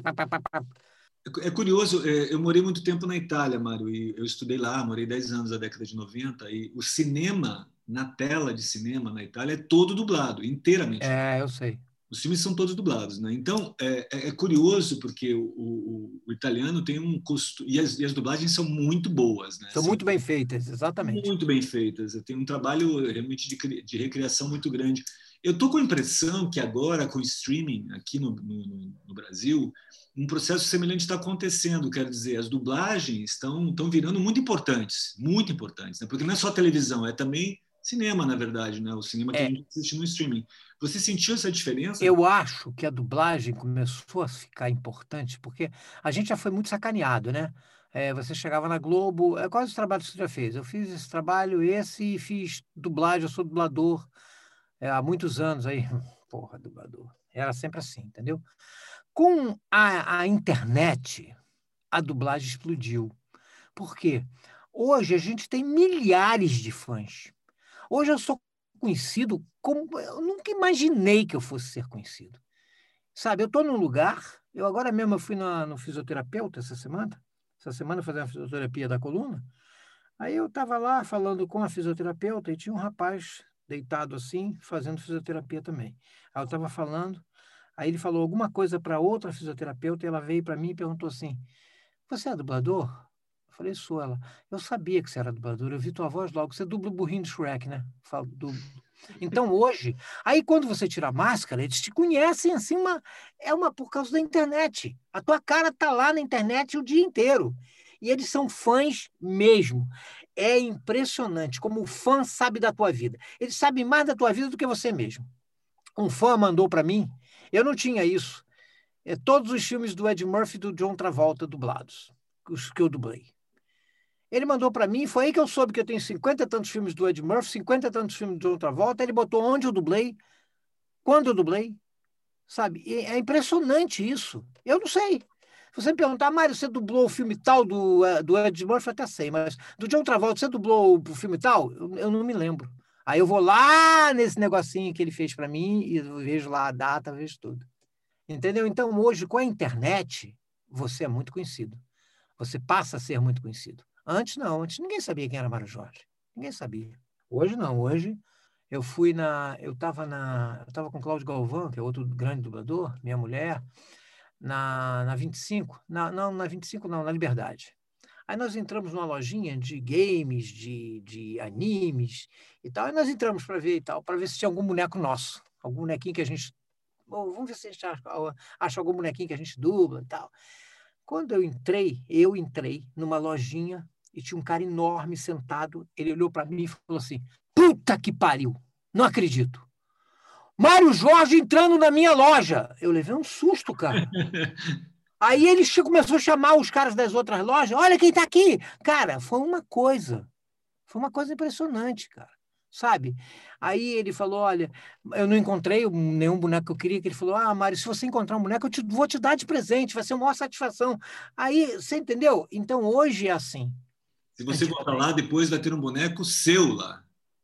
É curioso, eu morei muito tempo na Itália, Mário, e eu estudei lá, morei dez anos na década de noventa, e o cinema, na tela de cinema na Itália, é todo dublado, inteiramente. É, eu sei. Os filmes são todos dublados, né? Então, é, é curioso, porque o, o, o italiano tem um costume... E as, e as dublagens são muito boas, né? São assim, muito bem feitas, exatamente. Muito bem feitas. Tem um trabalho realmente de, de recriação muito grande. Eu estou com a impressão que agora, com o streaming aqui no, no, no Brasil, um processo semelhante está acontecendo. Quero dizer, as dublagens estão, estão virando muito importantes, muito importantes, né? Porque não é só televisão, é também cinema, na verdade, né? O cinema que é. a gente assiste no streaming. Você sentiu essa diferença? Eu acho que a dublagem começou a ficar importante, porque a gente já foi muito sacaneado, né? É, você chegava na Globo... É, quais os trabalhos que você já fez? Eu fiz esse trabalho, esse, e fiz dublagem, eu sou dublador é, há muitos anos. Aí, porra, dublador. Era sempre assim, entendeu? Com a, a internet, a dublagem explodiu. Por quê? Hoje a gente tem milhares de fãs. Hoje eu sou conhecido como... Eu nunca imaginei que eu fosse ser conhecido. Sabe, eu estou num lugar... Eu agora mesmo eu fui na, no fisioterapeuta essa semana. Essa semana eu fazia uma fisioterapia da coluna. Aí eu estava lá falando com a fisioterapeuta e tinha um rapaz deitado assim, fazendo fisioterapia também. Aí eu estava falando... Aí ele falou alguma coisa para outra fisioterapeuta e ela veio para mim e perguntou assim, você é dublador? Eu falei, sou. Ela, eu sabia que você era dublador, eu vi tua voz logo, você dubla o burrinho do Shrek, né? Falo, dublo. Então hoje, aí quando você tira a máscara, eles te conhecem assim, uma, é uma por causa da internet. A tua cara tá lá na internet o dia inteiro. E eles são fãs mesmo. É impressionante como o fã sabe da tua vida. Eles sabem mais da tua vida do que você mesmo. Um fã mandou para mim, eu não tinha isso. É, todos os filmes do Ed Murphy e do John Travolta dublados, os que eu dublei. Ele mandou para mim, foi aí que eu soube que eu tenho cinquenta e tantos filmes do Ed Murphy, cinquenta e tantos filmes do John Travolta, ele botou onde eu dublei, quando eu dublei, sabe? E é impressionante isso. Eu não sei. Se você me perguntar, Mário, você dublou o filme tal do, do Ed Murphy, eu até sei, mas do John Travolta, você dublou o filme tal? Eu, eu não me lembro. Aí eu vou lá nesse negocinho que ele fez para mim e vejo lá a data, vejo tudo. Entendeu? Então, hoje, com a internet, você é muito conhecido. Você passa a ser muito conhecido. Antes não, antes ninguém sabia quem era Mário Jorge. Ninguém sabia. Hoje não, hoje eu fui na... Eu estava na... Eu estava com o Cláudio Galvão, que é outro grande dublador, minha mulher, na, na vinte e cinco. Na, não, na vinte e cinco não, na Liberdade. Aí nós entramos numa lojinha de games, de, de animes e tal, e nós entramos para ver e tal, para ver se tinha algum boneco nosso, algum bonequinho que a gente... Oh, vamos ver se a gente acha, acha algum bonequinho que a gente dubla e tal. Quando eu entrei, eu entrei numa lojinha e tinha um cara enorme sentado, ele olhou para mim e falou assim, puta que pariu, não acredito. Mário Jorge entrando na minha loja. Eu levei um susto, cara. Aí ele começou a chamar os caras das outras lojas. Olha quem está aqui. Cara, foi uma coisa. Foi uma coisa impressionante, cara. Sabe? Aí ele falou, olha, eu não encontrei nenhum boneco que eu queria. Que ele falou, ah, Mário, se você encontrar um boneco, eu te, vou te dar de presente. Vai ser uma maior satisfação. Aí, você entendeu? Então, hoje é assim. Se você voltar lá, depois vai ter um boneco seu lá.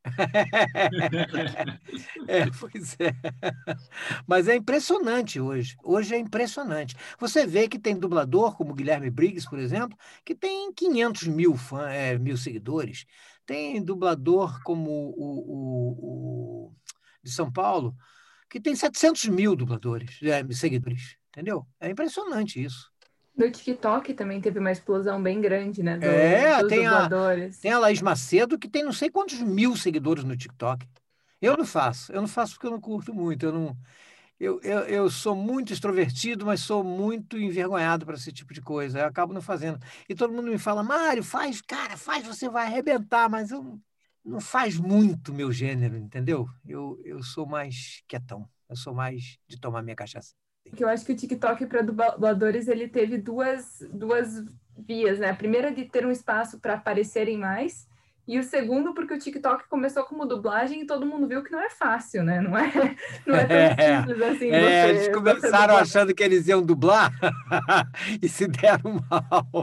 É, pois é. Mas é impressionante hoje. Hoje é impressionante. Você vê que tem dublador, como Guilherme Briggs, por exemplo, que tem quinhentos mil, fã, é, mil seguidores. Tem dublador como o, o, o de São Paulo, que tem setecentos mil dubladores, é, seguidores. Entendeu? É impressionante isso. No TikTok também teve uma explosão bem grande, né? Do, é, dos tem dubladores. A, tem a Laís Macedo, que tem não sei quantos mil seguidores no TikTok. Eu não faço. Eu não faço porque eu não curto muito. Eu, não, eu, eu, eu sou muito extrovertido, mas sou muito envergonhado para esse tipo de coisa. Eu acabo não fazendo. E todo mundo me fala, Mário, faz, cara, faz, você vai arrebentar. Mas eu, não faz muito meu gênero, entendeu? Eu, eu sou mais quietão. Eu sou mais de tomar minha cachaça. Que eu acho que o TikTok para dubladores ele teve duas, duas vias, né? A primeira de ter um espaço para aparecerem mais, e o segundo porque o TikTok começou como dublagem e todo mundo viu que não é fácil, né? Não é, não é tão simples assim. É, você, eles começaram achando que eles iam dublar e se deram mal.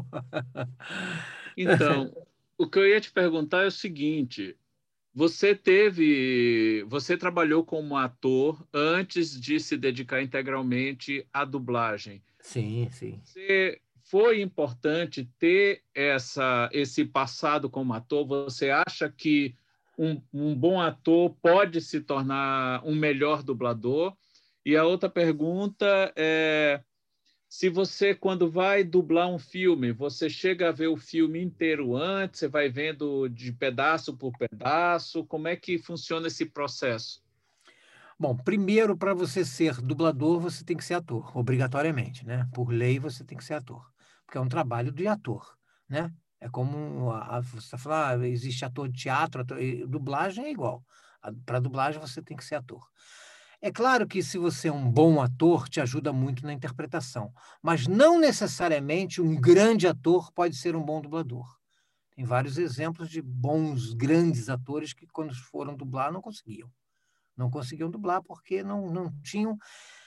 Então, o que eu ia te perguntar é o seguinte... Você teve, você trabalhou como ator antes de se dedicar integralmente à dublagem. Sim, sim. Você, foi importante ter essa, esse passado como ator? Você acha que um, um bom ator pode se tornar um melhor dublador? E a outra pergunta é... Se você, quando vai dublar um filme, você chega a ver o filme inteiro antes, você vai vendo de pedaço por pedaço, como é que funciona esse processo? Bom, primeiro, para você ser dublador, você tem que ser ator, obrigatoriamente, né? Por lei, você tem que ser ator, porque é um trabalho de ator, né? É como a, a, você falar, ah, existe ator de teatro, ator, dublagem é igual. Para dublagem, você tem que ser ator. É claro que se você é um bom ator, te ajuda muito na interpretação, mas não necessariamente um grande ator pode ser um bom dublador. Tem vários exemplos de bons, grandes atores que, quando foram dublar, não conseguiam. Não conseguiam dublar porque não, não tinham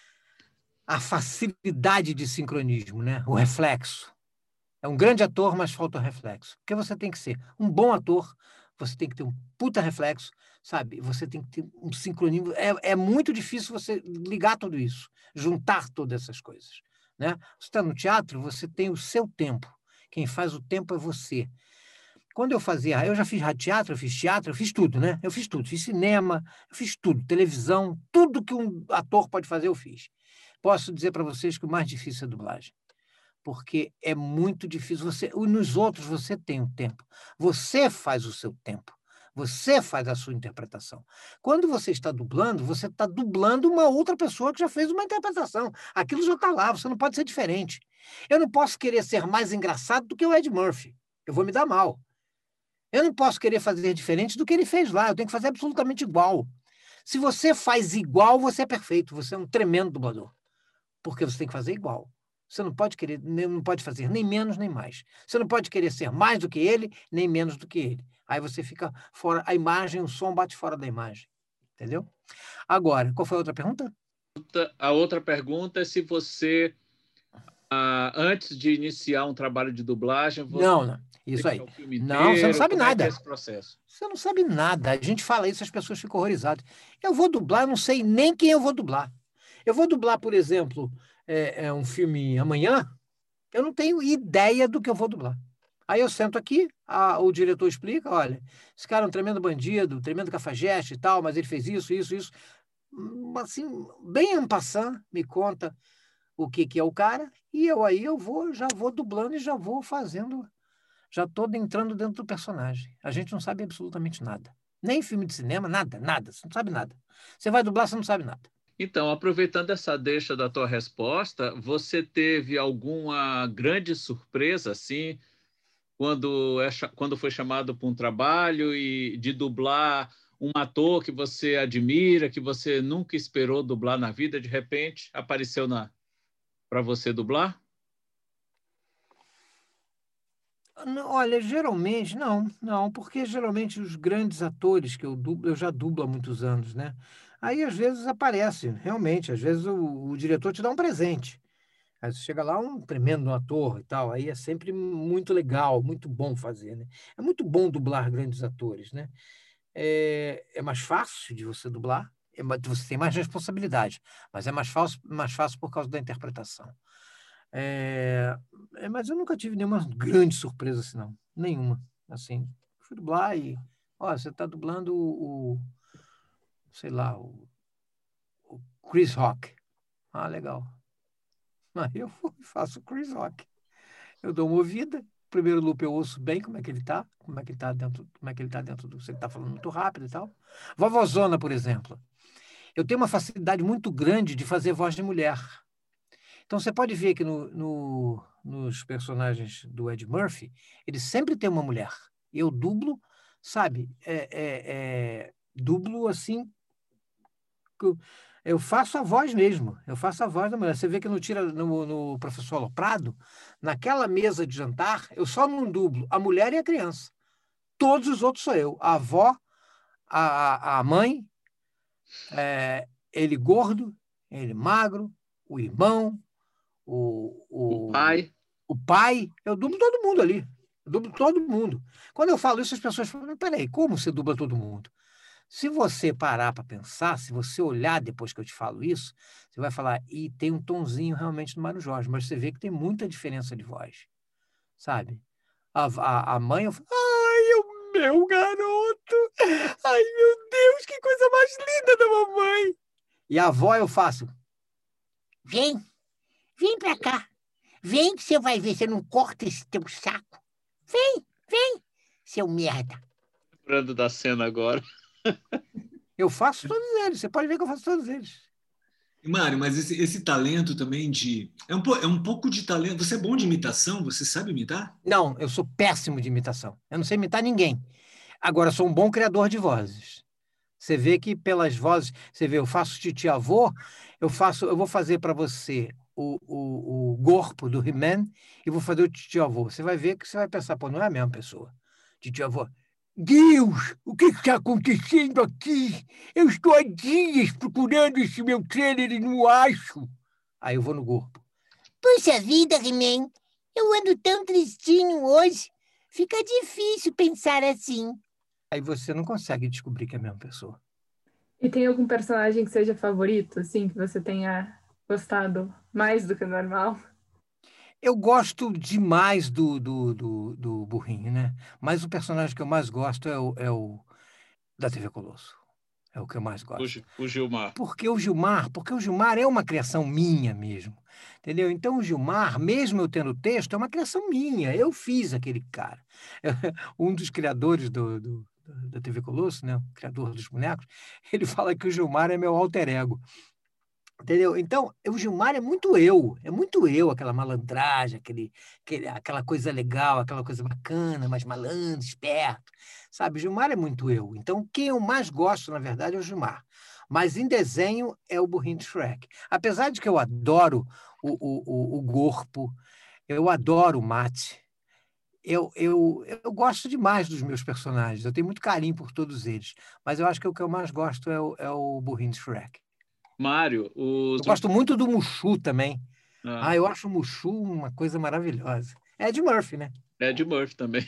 a facilidade de sincronismo, né? O reflexo. É um grande ator, mas falta o reflexo. Porque você tem que ser um bom ator, você tem que ter um puta reflexo, sabe? Você tem que ter um sincronismo. É, é muito difícil você ligar tudo isso, juntar todas essas coisas, né? Você está no teatro, você tem o seu tempo. Quem faz o tempo é você. Quando eu fazia... Eu já fiz teatro, eu fiz teatro, eu fiz tudo, né? Eu fiz tudo. Fiz cinema, eu fiz tudo. Televisão, tudo que um ator pode fazer, eu fiz. Posso dizer para vocês que o mais difícil é a dublagem. Porque é muito difícil. Você, nos outros, você tem o tempo. Você faz o seu tempo. Você faz a sua interpretação. Quando você está dublando, você está dublando uma outra pessoa que já fez uma interpretação. Aquilo já está lá, você não pode ser diferente. Eu não posso querer ser mais engraçado do que o Ed Murphy. Eu vou me dar mal. Eu não posso querer fazer diferente do que ele fez lá. Eu tenho que fazer absolutamente igual. Se você faz igual, você é perfeito. Você é um tremendo dublador. Porque você tem que fazer igual. Você não pode querer, não pode fazer nem menos nem mais. Você não pode querer ser mais do que ele, nem menos do que ele. Aí você fica fora, a imagem, o som bate fora da imagem. Entendeu? Agora, qual foi a outra pergunta? A outra pergunta é se você, ah, antes de iniciar um trabalho de dublagem... Você não, não. Isso aí. Inteiro, não, você não sabe nada. É esse processo? Você não sabe nada. A gente fala isso, as pessoas ficam horrorizadas. Eu vou dublar, eu não sei nem quem eu vou dublar. Eu vou dublar, por exemplo... É, é um filme amanhã, Eu não tenho ideia do que eu vou dublar. Aí eu sento aqui, a, o diretor explica, olha, esse cara é um tremendo bandido, um tremendo cafajeste e tal, mas ele fez isso, isso, isso. Assim, bem en passant, me conta o que, que é o cara, e eu aí eu vou, já vou dublando e já vou fazendo, já estou entrando dentro do personagem. A gente não sabe absolutamente nada. Nem filme de cinema, nada, nada, você não sabe nada. Você vai dublar, você não sabe nada. Então, aproveitando essa deixa da tua resposta, você teve alguma grande surpresa, assim, quando, é, quando foi chamado para um trabalho e de dublar um ator que você admira, que você nunca esperou dublar na vida, de repente apareceu na para você dublar? Não, olha, geralmente, não, não, porque geralmente os grandes atores que eu dublo, eu já dublo há muitos anos, né? Aí às vezes aparece, realmente, às vezes o, o diretor te dá um presente. Aí você chega lá, um tremendo ator e tal, aí é sempre muito legal, muito bom fazer, né? É muito bom dublar grandes atores, né? É, é mais fácil de você dublar, é, mais- você tem mais responsabilidade, mas é mais fácil, mais fácil por causa da interpretação. É, é, mas eu nunca tive nenhuma grande surpresa assim, não. Nenhuma. Assim, fui dublar e, ó, você está dublando o, o, sei lá, o, o Chris Rock. Ah, legal. Aí eu vou e faço o Chris Rock. Eu dou uma ouvida. Primeiro loop eu ouço bem como é que ele tá, como é que ele tá dentro, como é que ele tá dentro do, se ele tá falando muito rápido e tal. Vovozona, por exemplo. Eu tenho uma facilidade muito grande de fazer voz de mulher. Então você pode ver que no, no, nos personagens do Ed Murphy, ele sempre tem uma mulher. Eu dublo, sabe? É, é, é, dublo assim. Eu faço a voz mesmo, eu faço a voz da mulher. Você vê que no, tira, no, no Professor Aloprado, naquela mesa de jantar, eu só não dublo a mulher e a criança. Todos os outros sou eu. A avó, a, a mãe, é, ele gordo, ele magro, o irmão, o, O o, pai? o pai. Eu dublo todo mundo ali. Eu dublo todo mundo. Quando eu falo isso, as pessoas falam, peraí, como você dubla todo mundo? Se você parar para pensar, se você olhar depois que eu te falo isso, você vai falar, e tem um tonzinho realmente no Mário Jorge, mas você vê que tem muita diferença de voz, sabe? A, a, a mãe, eu falo, ai, o meu garoto! Ai, meu Deus, que coisa mais linda da mamãe! E a avó eu faço, vem, vem pra cá, vem que você vai ver, você não corta esse teu saco. Vem, vem, seu merda. Lembrando da cena agora. Eu faço todos eles, você pode ver que eu faço todos eles. E, Mário, mas esse, esse talento também de. É um, po- é um pouco de talento. Você é bom de imitação? Você sabe imitar? Não, eu sou péssimo de imitação. Eu não sei imitar ninguém. Agora, sou um bom criador de vozes. Você vê que pelas vozes, você vê, eu faço titi-avô, eu faço, eu vou fazer para você o, o, o corpo do He-Man e vou fazer o titi-avô. Você vai ver que você vai pensar, pô, não é a mesma pessoa. Titi-avô, Deus, o que está acontecendo aqui? Eu estou há dias procurando esse meu trailer e não acho. Aí eu vou no corpo. Puxa vida, He-Man, eu ando tão tristinho hoje. Fica difícil pensar assim. Aí você não consegue descobrir que é a mesma pessoa. E tem algum personagem que seja favorito, assim, que você tenha gostado mais do que o normal? Eu gosto demais do, do, do, do Burrinho, né? Mas o personagem que eu mais gosto é o, é o da T V Colosso. É o que eu mais O, gosto. Gi- o Gilmar. Porque o Gilmar, porque o Gilmar é uma criação minha mesmo. Entendeu? Então o Gilmar, mesmo eu tendo texto, é uma criação minha. Eu fiz aquele cara. Um dos criadores do, do, da T V Colosso, né? O criador dos bonecos, ele fala que o Gilmar é meu alter ego. Entendeu? Então, o Gilmar é muito eu, é muito eu, aquela malandragem, aquele, aquele, aquela coisa legal, aquela coisa bacana, mais malandro, esperto, sabe? O Gilmar é muito eu. Então, quem eu mais gosto, na verdade, é o Gilmar. Mas em desenho é o Burrinho de Shrek. Apesar de que eu adoro o, o, o, o Gorpo, eu adoro o Mate, eu, eu, eu gosto demais dos meus personagens, eu tenho muito carinho por todos eles, mas eu acho que o que eu mais gosto é o, é o Burrinho de Shrek. Mário, os... Eu gosto muito do Mushu também. Ah, Ah, eu acho o Mushu uma coisa maravilhosa. É Ed Murphy, né? Ed Murphy também.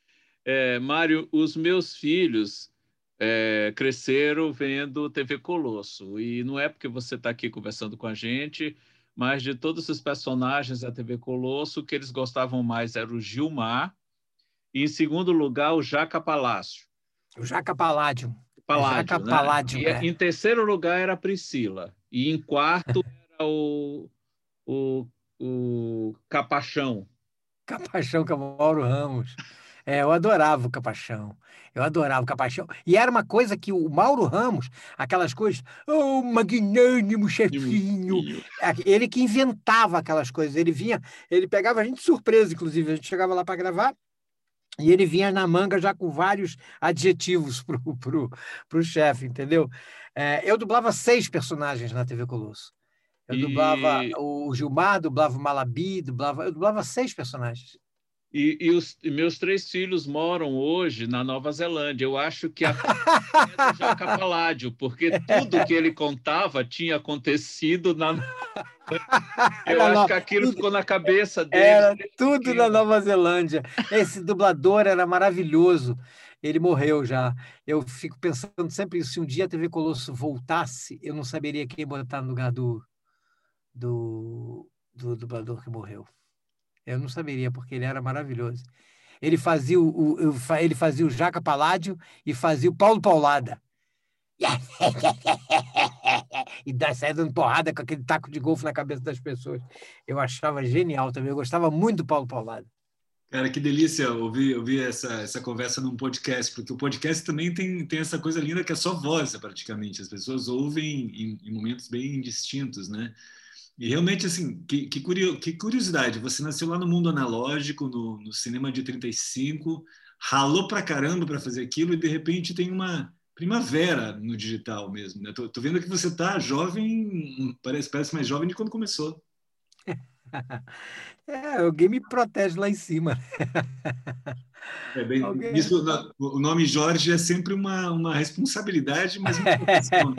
É, Mário, os meus filhos é, cresceram vendo T V Colosso. E não é porque você está aqui conversando com a gente, mas de todos os personagens da T V Colosso, o que eles gostavam mais era o Gilmar, e em segundo lugar, o Jaca Palácio. O Jaca Paládio. Paládio, Jaca né? Paládio, E, é. em terceiro lugar era a Priscila. E em quarto era o, o, o Capachão. Capachão, que é o Mauro Ramos. É, eu adorava o Capachão. Eu adorava o Capachão. E era uma coisa que o Mauro Ramos, aquelas coisas, oh, magnânimo chefinho, ele que inventava aquelas coisas. Ele vinha, ele pegava a gente de surpresa, inclusive. A gente chegava lá para gravar e ele vinha na manga já com vários adjetivos pro, pro, pro chefe, entendeu? É, eu dublava seis personagens na T V Colosso. Eu E- dublava o Gilmar, dublava o Malabi, dublava, eu dublava seis personagens. E, e os e meus três filhos moram hoje na Nova Zelândia. Eu acho que a culpa é do Jaca Paládio, porque tudo que ele contava tinha acontecido na. Eu Era acho no- que aquilo tudo- ficou na cabeça dele. Era tudo na Nova Zelândia. Esse dublador era maravilhoso. Ele morreu já. Eu fico pensando sempre isso. Se um dia a T V Colosso voltasse, eu não saberia quem botar no lugar do, do, do dublador que morreu. Eu não saberia, porque ele era maravilhoso. Ele fazia o, o- o- fa- ele fazia o Jaca Paládio e fazia o Paulo Paulada. E da- saia dando porrada com aquele taco de golfe na cabeça das pessoas. Eu achava genial também. Eu gostava muito do Paulo Paulada. Cara, que delícia ouvir, ouvir essa, essa conversa num podcast, porque o podcast também tem, tem essa coisa linda que é só voz, praticamente. As pessoas ouvem em, em momentos bem distintos, né? E realmente, assim, que, que, curio, que curiosidade, você nasceu lá no mundo analógico, no, no cinema de trinta e cinco, ralou pra caramba para fazer aquilo e, de repente, tem uma primavera no digital mesmo, né? Tô, tô vendo que você tá jovem, parece, parece mais jovem de quando começou. É, alguém me protege lá em cima. É bem, Alguém... isso, o nome Jorge é sempre uma, uma responsabilidade, mas uma proteção.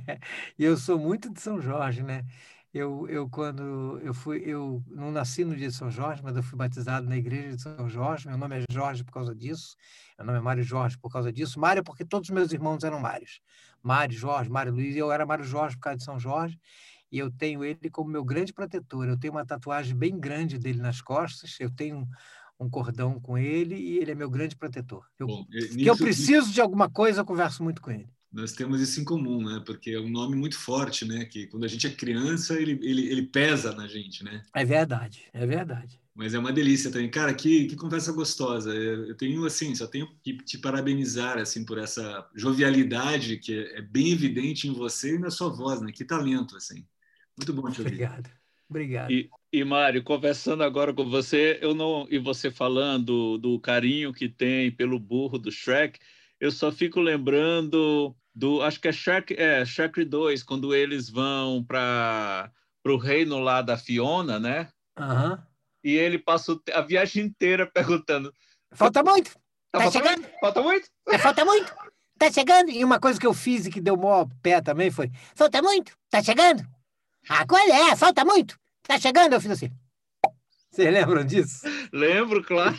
E eu sou muito de São Jorge, né? Eu, eu quando eu fui, eu não nasci no dia de São Jorge, mas eu fui batizado na igreja de São Jorge. Meu nome é Jorge por causa disso. Meu nome é Mário Jorge por causa disso. Mário porque todos os meus irmãos eram Mários. Mário, Jorge, Mário Luiz, e eu era Mário Jorge por causa de São Jorge. E eu tenho ele como meu grande protetor. Eu tenho uma tatuagem bem grande dele nas costas. Eu tenho um, um cordão com ele e ele é meu grande protetor. Eu, Bom, que eu nisso- preciso de alguma coisa, eu converso muito com ele. Nós temos isso em comum, né? Porque é um nome muito forte, né? Que quando a gente é criança, ele, ele, ele pesa na gente, né? É verdade, é verdade. Mas é uma delícia também. Cara, que, que conversa gostosa. Eu eu tenho, assim, só tenho que te parabenizar, assim, por essa jovialidade que é é bem evidente em você e na sua voz, né? Que talento, assim. Muito bom te ouvir. Obrigado. Obrigado. E, e Mário, conversando agora com você, eu não e você falando do carinho que tem pelo burro do Shrek, eu só fico lembrando do, acho que é Shrek, é Shrek dois, quando eles vão para o reino lá da Fiona, né? Aham. E ele passa o te- a viagem inteira perguntando: Falta muito, "Tá, tá falta chegando, muito? Falta muito?" é, falta muito, tá chegando. E uma coisa que eu fiz e que deu maior pé também foi, falta muito, tá chegando. Ah, qual é? Falta muito, tá chegando. Eu fiz assim. Vocês lembram disso? Lembro, claro.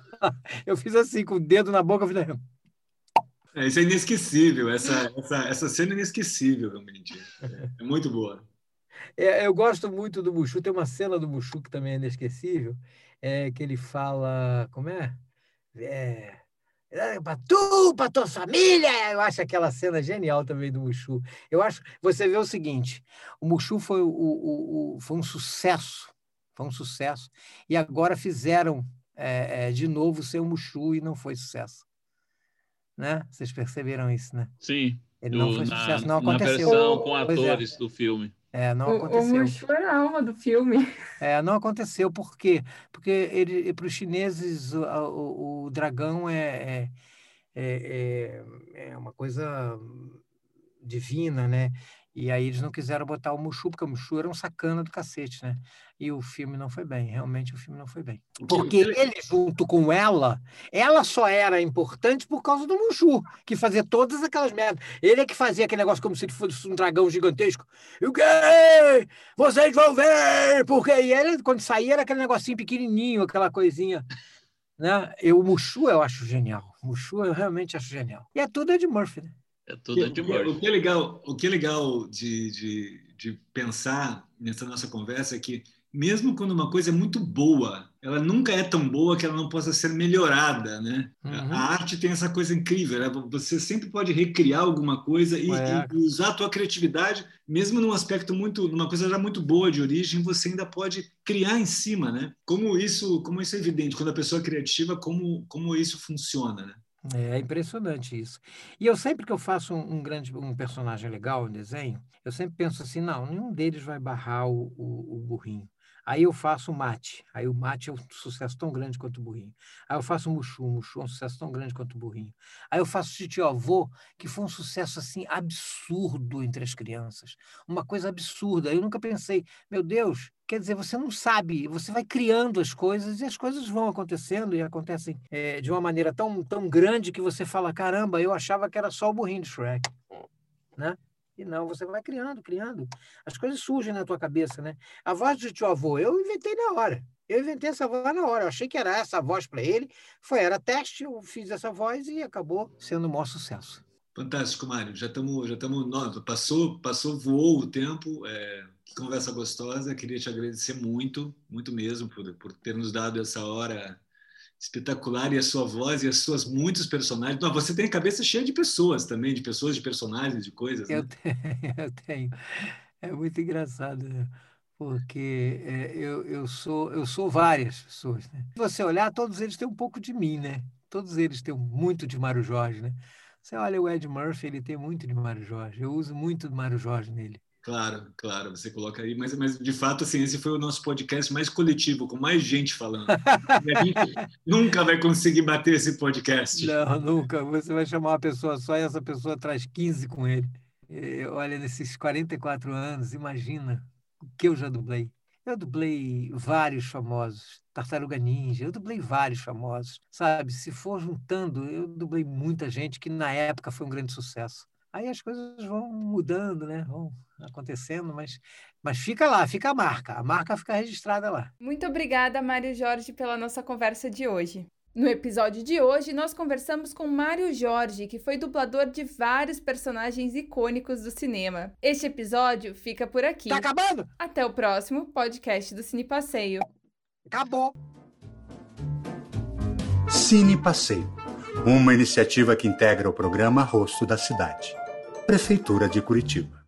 Eu fiz assim, com o dedo na boca, eu fiz assim. É, isso é inesquecível. Essa, essa, essa cena é inesquecível, realmente. É, é muito boa. É, eu gosto muito do Mushu. Tem uma cena do Mushu que também é inesquecível, é que ele fala, como é? É, é para tu, para tua família. Eu acho aquela cena genial também do Mushu. Eu acho, você vê o seguinte, o Mushu foi, o, o, o- foi um sucesso, foi um sucesso, e agora fizeram é, é, de novo ser o Mushu e não foi sucesso, né? Vocês perceberam isso, né? Sim, Ele não do- foi na, sucesso, não na aconteceu. versão com Pois é. atores do filme. É, não O, o aconteceu. Mushu era a alma do filme. É, não aconteceu. Por quê? Porque ele, para os chineses o, o, o dragão é, é, é, é é uma coisa divina, né? E aí eles não quiseram botar o Mushu, porque o Mushu era um sacana do cacete, né? E o filme não foi bem, realmente o filme não foi bem. O que- Porque o que- ele, junto com ela, ela só era importante por causa do Mushu, que fazia todas aquelas merdas. Ele é que fazia aquele negócio como se ele fosse um dragão gigantesco. E o quê? Vocês vão ver! Porque e ele, quando saía, era aquele negocinho pequenininho, aquela coisinha. Né? Eu, o Mushu eu acho genial. O Mushu eu realmente acho genial. E é tudo Ed Murphy, né? É tudo O Ed que, o Murphy. que é legal, o que é legal de, de, de pensar nessa nossa conversa é que, mesmo quando uma coisa é muito boa, ela nunca é tão boa que ela não possa ser melhorada, né? Uhum. A arte tem essa coisa incrível, né? Você sempre pode recriar alguma coisa e, é. e usar a tua criatividade, mesmo num aspecto muito, numa coisa já muito boa de origem, você ainda pode criar em cima, né? Como isso, como isso é evidente, quando a pessoa é criativa, como, como isso funciona, né? É impressionante isso. E eu sempre que eu faço um, um grande um personagem legal, um desenho, eu sempre penso assim, não, nenhum deles vai barrar o, o, o burrinho. Aí eu faço o mate. Aí o mate é um sucesso tão grande quanto o burrinho. Aí eu faço o Mushu. O Mushu é um sucesso tão grande quanto o burrinho. Aí eu faço o Titio Avô, que foi um sucesso assim absurdo entre as crianças. Uma coisa absurda. Eu nunca pensei, meu Deus, quer dizer, você não sabe, você vai criando as coisas e as coisas vão acontecendo e acontecem é, de uma maneira tão, tão grande que você fala, caramba, eu achava que era só o burrinho do Shrek, né? E não, você vai criando, criando. As coisas surgem na tua cabeça, né? A voz do tio avô, eu inventei na hora. Eu inventei essa voz na hora. Eu achei que era essa voz para ele. Foi, era teste, eu fiz essa voz e acabou sendo um maior sucesso. Fantástico, Mário. Já estamos, já estamos, passou, passou, voou o tempo. É, que conversa gostosa. Queria te agradecer muito, muito mesmo, por, por ter nos dado essa hora espetacular, e a sua voz e as suas muitos personagens. Não, você tem a cabeça cheia de pessoas também, de pessoas, de personagens, de coisas, né? Eu tenho, eu tenho. É muito engraçado, né? Porque é, eu, eu, sou, eu sou várias pessoas, né? Se você olhar, todos eles têm um pouco de mim, né? Todos eles têm muito de Mário Jorge, né? Você olha o Ed Murphy, ele tem muito de Mário Jorge. Eu uso muito do Mário Jorge nele. Claro, claro, você coloca aí, mas, mas de fato, assim, esse foi o nosso podcast mais coletivo, com mais gente falando. A gente nunca vai conseguir bater esse podcast. Não, nunca. Você vai chamar uma pessoa só e essa pessoa traz quinze com ele. E, olha, nesses quarenta e quatro anos, imagina o que eu já dublei. Eu dublei vários famosos, Tartaruga Ninja, eu dublei vários famosos, sabe? Se for juntando, eu dublei muita gente que na época foi um grande sucesso. Aí as coisas vão mudando, né? Vão acontecendo, mas, mas fica lá, fica a marca. A marca fica registrada lá. Muito obrigada, Mário Jorge, pela nossa conversa de hoje. No episódio de hoje, nós conversamos com Mário Jorge, que foi dublador de vários personagens icônicos do cinema. Este episódio fica por aqui. Tá acabando? Até o próximo podcast do Cine Passeio. Acabou. Cine Passeio, uma iniciativa que integra o programa Rosto da Cidade. Prefeitura de Curitiba.